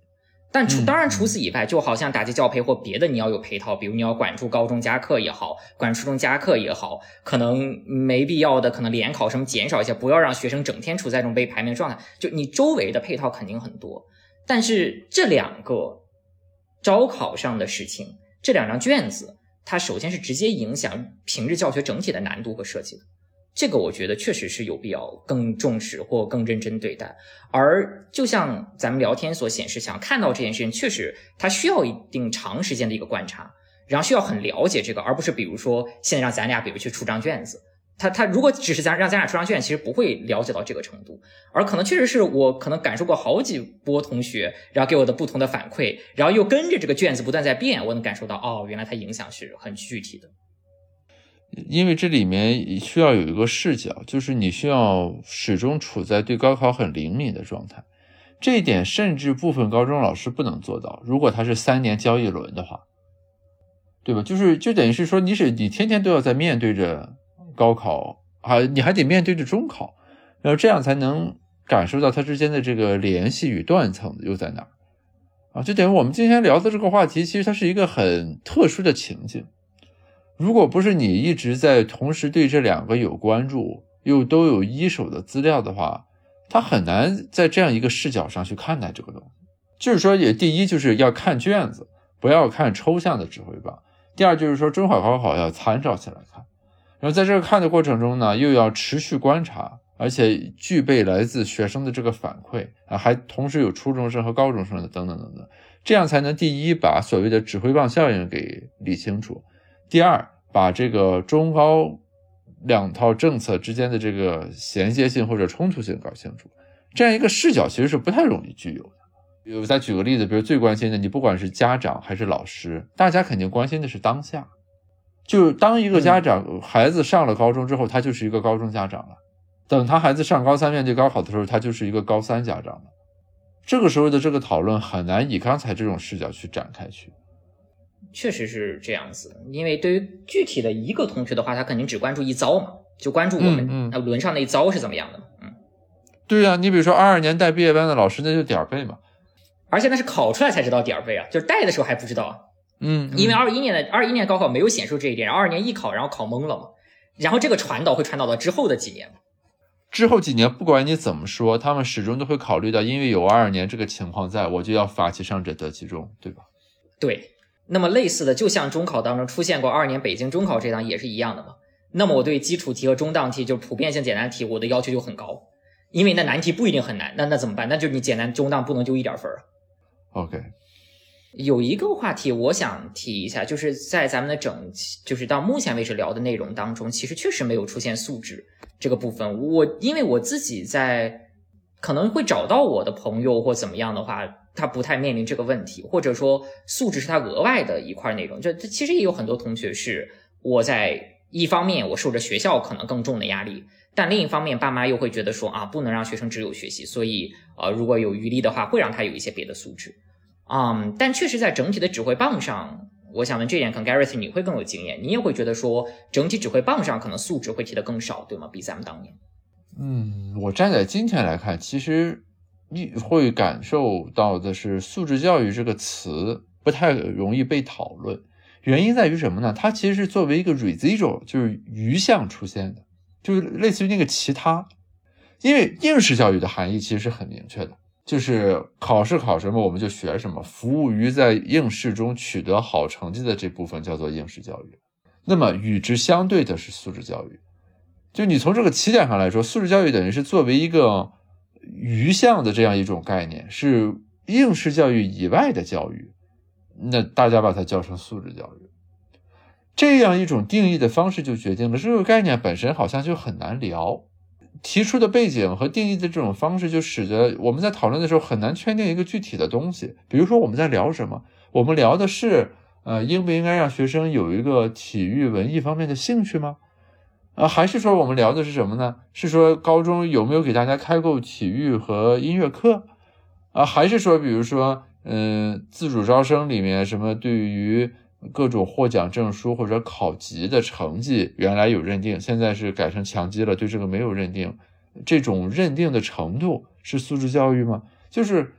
但当然除此以外，就好像打击教培或别的你要有配套，比如你要管住高中加课也好，管初中加课也好，可能没必要的可能联考什么减少一些，不要让学生整天处在这种被排名状态，就你周围的配套肯定很多。但是这两个招考上的事情，这两张卷子，它首先是直接影响平日教学整体的难度和设计的。这个我觉得确实是有必要更重视或更认真对待，而就像咱们聊天所显示，想看到这件事情，确实它需要一定长时间的一个观察，然后需要很了解这个，而不是比如说现在让咱俩比如去出张卷子，他如果只是让咱俩出张卷，其实不会了解到这个程度，而可能确实是我可能感受过好几波同学，然后给我的不同的反馈，然后又跟着这个卷子不断在变，我能感受到哦，原来它影响是很具体的。 因为这里面需要有一个视角，就是你需要始终处在对高考很灵敏的状态，这一点甚至部分高中老师不能做到，如果他是3年教一轮的话，对吧？就等于是说你天天都要在面对着高考啊，你还得面对着中考，然后这样才能感受到它之间的这个联系与断层又在哪儿啊？就等于我们今天聊的这个话题，其实它是一个很特殊的情境。如果不是你一直在同时对这两个有关注，又都有一手的资料的话，他很难在这样一个视角上去看待这个东西。就是说，第一就是要看卷子，不要看抽象的指挥棒；第二就是说，中考高考要参照起来看。然后在这个看的过程中呢，又要持续观察，而且具备来自学生的这个反馈啊，还同时有初中生和高中生的等等等等，这样才能第一把所谓的指挥棒效应给理清楚。第二，把这个中高两套政策之间的这个衔接性或者冲突性搞清楚，这样一个视角其实是不太容易具有的。我再举个例子，比如最关心的，你不管是家长还是老师，大家肯定关心的是当下。就当一个家长孩子上了高中之后，他就是一个高中家长了，等他孩子上高3面对高考的时候，他就是一个高3家长了。这个时候的这个讨论很难以刚才这种视角去展开去。 确实是这样子，因为对于具体的一个同学的话，他肯定只关注一遭嘛，就关注我们轮上那一遭是怎么样的。 对啊，你比如说22年带毕业班的老师，那就点儿背嘛， 而且那是考出来才知道点儿背啊，就是带的时候还不知道。因为21年高考没有显示这一点，然后22年艺考然后考懵了嘛，然后这个传导会传导到之后的几年。 之后几年不管你怎么说，他们始终都会考虑到，因为有22年这个情况在，我就要法其上者得其中，对吧？ 对。那么类似的，就像中考当中出现过22年北京中考这档也是一样的嘛。那么我对基础题和中档题，就是普遍性简单题，我的要求就很高，因为那难题不一定很难，那怎么办？那就是你简单中档不能就1点分啊。 OK， 有一个话题我想提一下，就是在咱们的就是到目前为止聊的内容当中，其实确实没有出现素质这个部分。因为我自己在可能会找到我的朋友或怎么样的话，他不太面临这个问题，或者说素质是他额外的一块内容。这其实也有很多同学是我在一方面我受着学校可能更重的压力，但另一方面爸妈又会觉得说啊，不能让学生只有学习，所以如果有余力的话，会让他有一些别的素质。但确实在整体的指挥棒上，我想问这点可能 Gareth 你会更有经验，你也会觉得说整体指挥棒上可能素质会提得更少，对吗？比咱们当年。 我站在今天来看，其实你会感受到的是素质教育这个词不太容易被讨论，原因在于什么呢？它其实是作为一个 residual， 就是余项出现的，就是类似于那个其他。因为应试教育的含义其实是很明确的，就是考试考什么我们就学什么，服务于在应试中取得好成绩的这部分叫做应试教育。那么与之相对的是素质教育，就你从这个起点上来说，素质教育等于是作为一个余项的这样一种概念，是应试教育以外的教育，那大家把它叫成素质教育。这样一种定义的方式就决定了这个概念本身好像就很难聊，提出的背景和定义的这种方式就使得我们在讨论的时候很难确定一个具体的东西。比如说我们在聊什么，我们聊的是应不应该让学生有一个体育文艺方面的兴趣吗？还是说我们聊的是什么呢？是说高中有没有给大家开够体育和音乐课还是说比如说自主招生里面什么对于各种获奖证书或者考级的成绩原来有认定，现在是改成强基了，对这个没有认定，这种认定的程度是素质教育吗？就是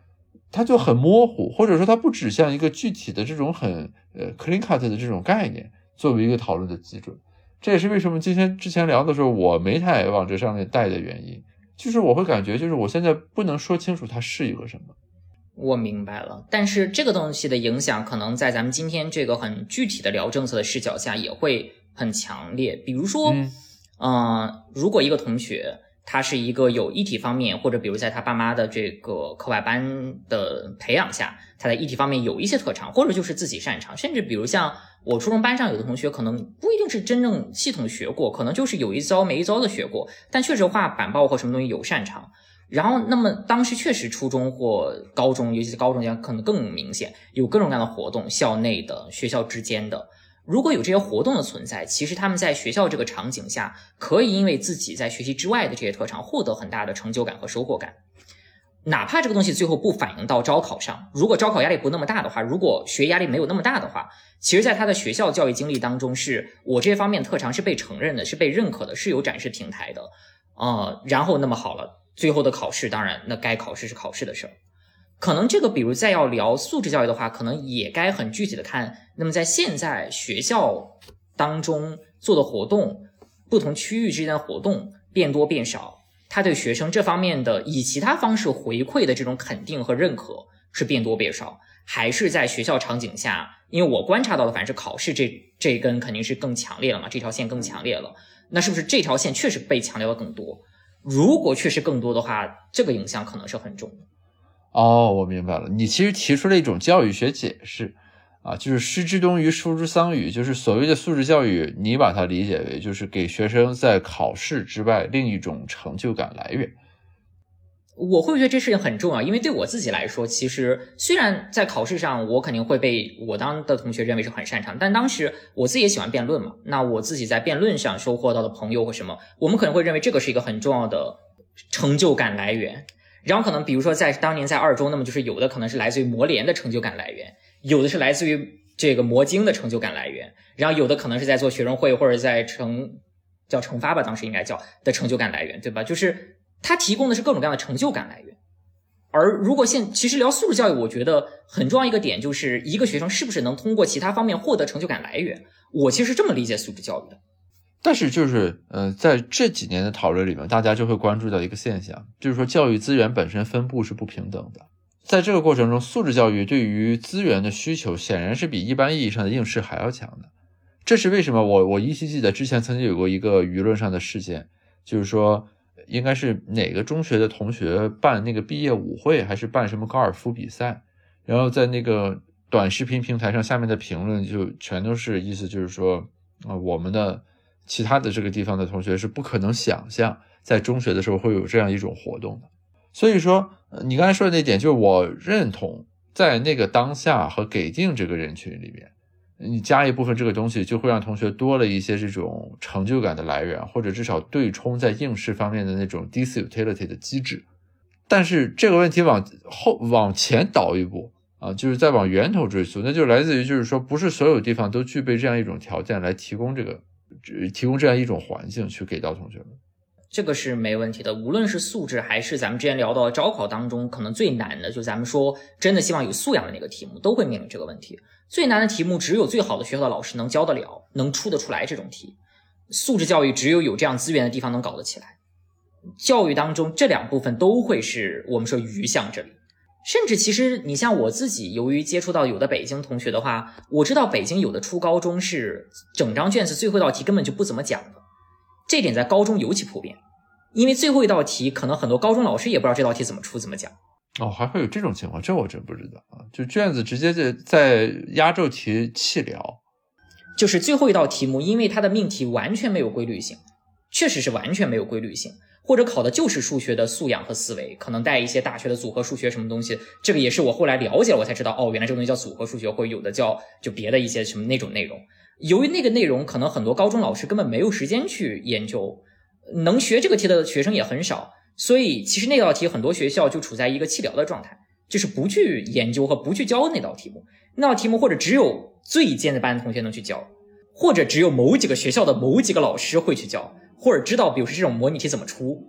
它就很模糊，或者说它不指向一个具体的这种很clean cut 的这种概念作为一个讨论的基准。这也是为什么之前聊的时候我没太往这上面带的原因，就是我会感觉就是我现在不能说清楚它是一个什么。 我明白了，但是这个东西的影响可能在咱们今天这个很具体的聊政策的视角下也会很强烈。比如说如果一个同学他是一个有艺体方面，或者比如在他爸妈的这个课外班的培养下，他在艺体方面有一些特长，或者就是自己擅长，甚至比如像我初中班上有的同学可能不一定是真正系统学过，可能就是有一遭没一遭的学过，但确实画板报或什么东西有擅长。然后那么当时确实初中或高中，尤其是高中可能更明显，有各种各样的活动，校内的学校之间的，如果有这些活动的存在，其实他们在学校这个场景下可以因为自己在学习之外的这些特长获得很大的成就感和收获感。哪怕这个东西最后不反映到招考上，如果招考压力不那么大的话，如果学压力没有那么大的话，其实在他的学校教育经历当中，是我这些方面特长是被承认的，是被认可的，是有展示平台的。然后那么好了，最后的考试，当然那该考试是考试的事儿。可能这个比如再要聊素质教育的话，可能也该很具体的看，那么在现在学校当中做的活动，不同区域之间的活动变多变少，他对学生这方面的以其他方式回馈的这种肯定和认可是变多变少，还是在学校场景下，因为我观察到的反正是考试这根肯定是更强烈了嘛，这条线更强烈了，那是不是这条线确实被强调的更多？如果确实更多的话，这个影响可能是很重的。 我明白了，你其实提出了一种教育学解释啊，就是师之东隅，书之桑榆，就是所谓的素质教育，你把它理解为就是给学生在考试之外另一种成就感来源。 我会觉得这事情很重要，因为对我自己来说，其实虽然在考试上我肯定会被我当的同学认为是很擅长，但当时我自己也喜欢辩论嘛，那我自己在辩论上收获到的朋友或什么，我们可能会认为这个是一个很重要的成就感来源。然后可能比如说在当年在二中，那么就是有的可能是来自于模联的成就感来源，有的是来自于这个魔晶的成就感来源，然后有的可能是在做学生会或者在叫惩罚吧，当时应该叫的成就感来源，对吧？就是它提供的是各种各样的成就感来源。而如果其实聊素质教育，我觉得很重要一个点就是一个学生是不是能通过其他方面获得成就感来源，我其实这么理解素质教育的。 但是就是在这几年的讨论里面，大家就会关注到一个现象，就是说教育资源本身分布是不平等的。在这个过程中，素质教育对于资源的需求显然是比一般意义上的应试还要强的。这是为什么我依稀记得之前曾经有过一个舆论上的事件，就是说应该是哪个中学的同学办那个毕业舞会，还是办什么高尔夫比赛，然后在那个短视频平台上下面的评论就全都是意思就是说我们的其他的这个地方的同学是不可能想象在中学的时候会有这样一种活动的。所以说你刚才说的那点，就是我认同在那个当下和给定这个人群里面，你加一部分这个东西就会让同学多了一些这种成就感的来源，或者至少对冲在应试方面的那种 disutility 的机制。但是这个问题往前倒一步啊，就是再往源头追溯，那就来自于就是说不是所有地方都具备这样一种条件来提供这样一种环境去给到同学们。 这个是没问题的，无论是素质还是咱们之前聊到的招考当中可能最难的，就咱们说真的希望有素养的那个题目，都会面临这个问题。最难的题目只有最好的学校的老师能教得了，能出得出来这种题。素质教育只有这样资源的地方能搞得起来。教育当中这两部分都会是我们说余项这里。甚至其实你像我自己，由于接触到有的北京同学的话，我知道北京有的初高中是整张卷子最后一道题根本就不怎么讲的。这点在高中尤其普遍，因为最后一道题可能很多高中老师也不知道这道题怎么出怎么讲。 还会有这种情况，这我真不知道啊！就卷子直接在压轴题弃了， 就是最后一道题目，因为它的命题完全没有规律性，确实是完全没有规律性，或者考的就是数学的素养和思维，可能带一些大学的组合数学什么东西。这个也是我后来了解了，我才知道原来这个东西叫组合数学，或者有的叫就别的一些什么那种内容。由于那个内容可能很多高中老师根本没有时间去研究，能学这个题的学生也很少，所以其实那道题很多学校就处在一个弃疗的状态，就是不去研究和不去教那道题目。那道题目或者只有最尖的班的同学能去教，或者只有某几个学校的某几个老师会去教，或者知道比如说这种模拟题怎么出。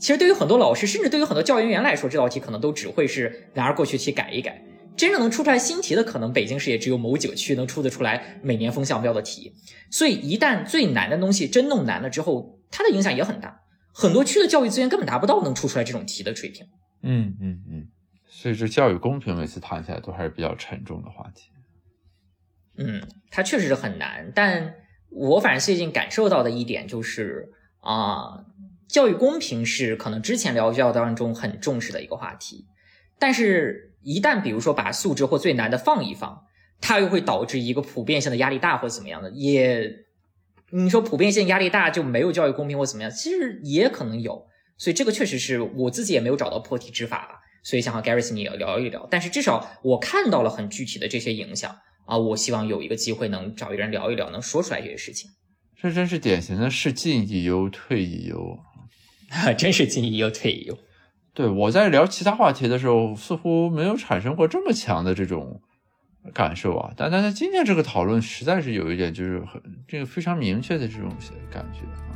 其实对于很多老师，甚至对于很多教研员来说，这道题可能都只会是拿着过去题改一改。真正能出出来新题的，可能北京市也只有某几个区能出得出来每年风向标的题。所以一旦最难的东西真弄难了之后，它的影响也很大。很多区的教育资源根本达不到能出出来这种题的水平。 所以这教育公平每次谈起来都还是比较沉重的话题。 它确实是很难，但我反正最近感受到的一点就是教育公平是可能之前聊教当中很重视的一个话题，但是一旦比如说把素质或最难的放一放，它又会导致一个普遍性的压力大或怎么样的。你说普遍性压力大就没有教育公平或怎么样，其实也可能有。所以这个确实是我自己也没有找到破题之法吧，所以想和 Gareth 你也聊一聊。但是至少我看到了很具体的这些影响我希望有一个机会能找一个人聊一聊，能说出来这些事情。 这真是典型的是进亦忧退亦忧真是进亦忧退亦忧。 对，我在聊其他话题的时候似乎没有产生过这么强的这种感受但是今天这个讨论实在是有一点就是这个非常明确的这种感觉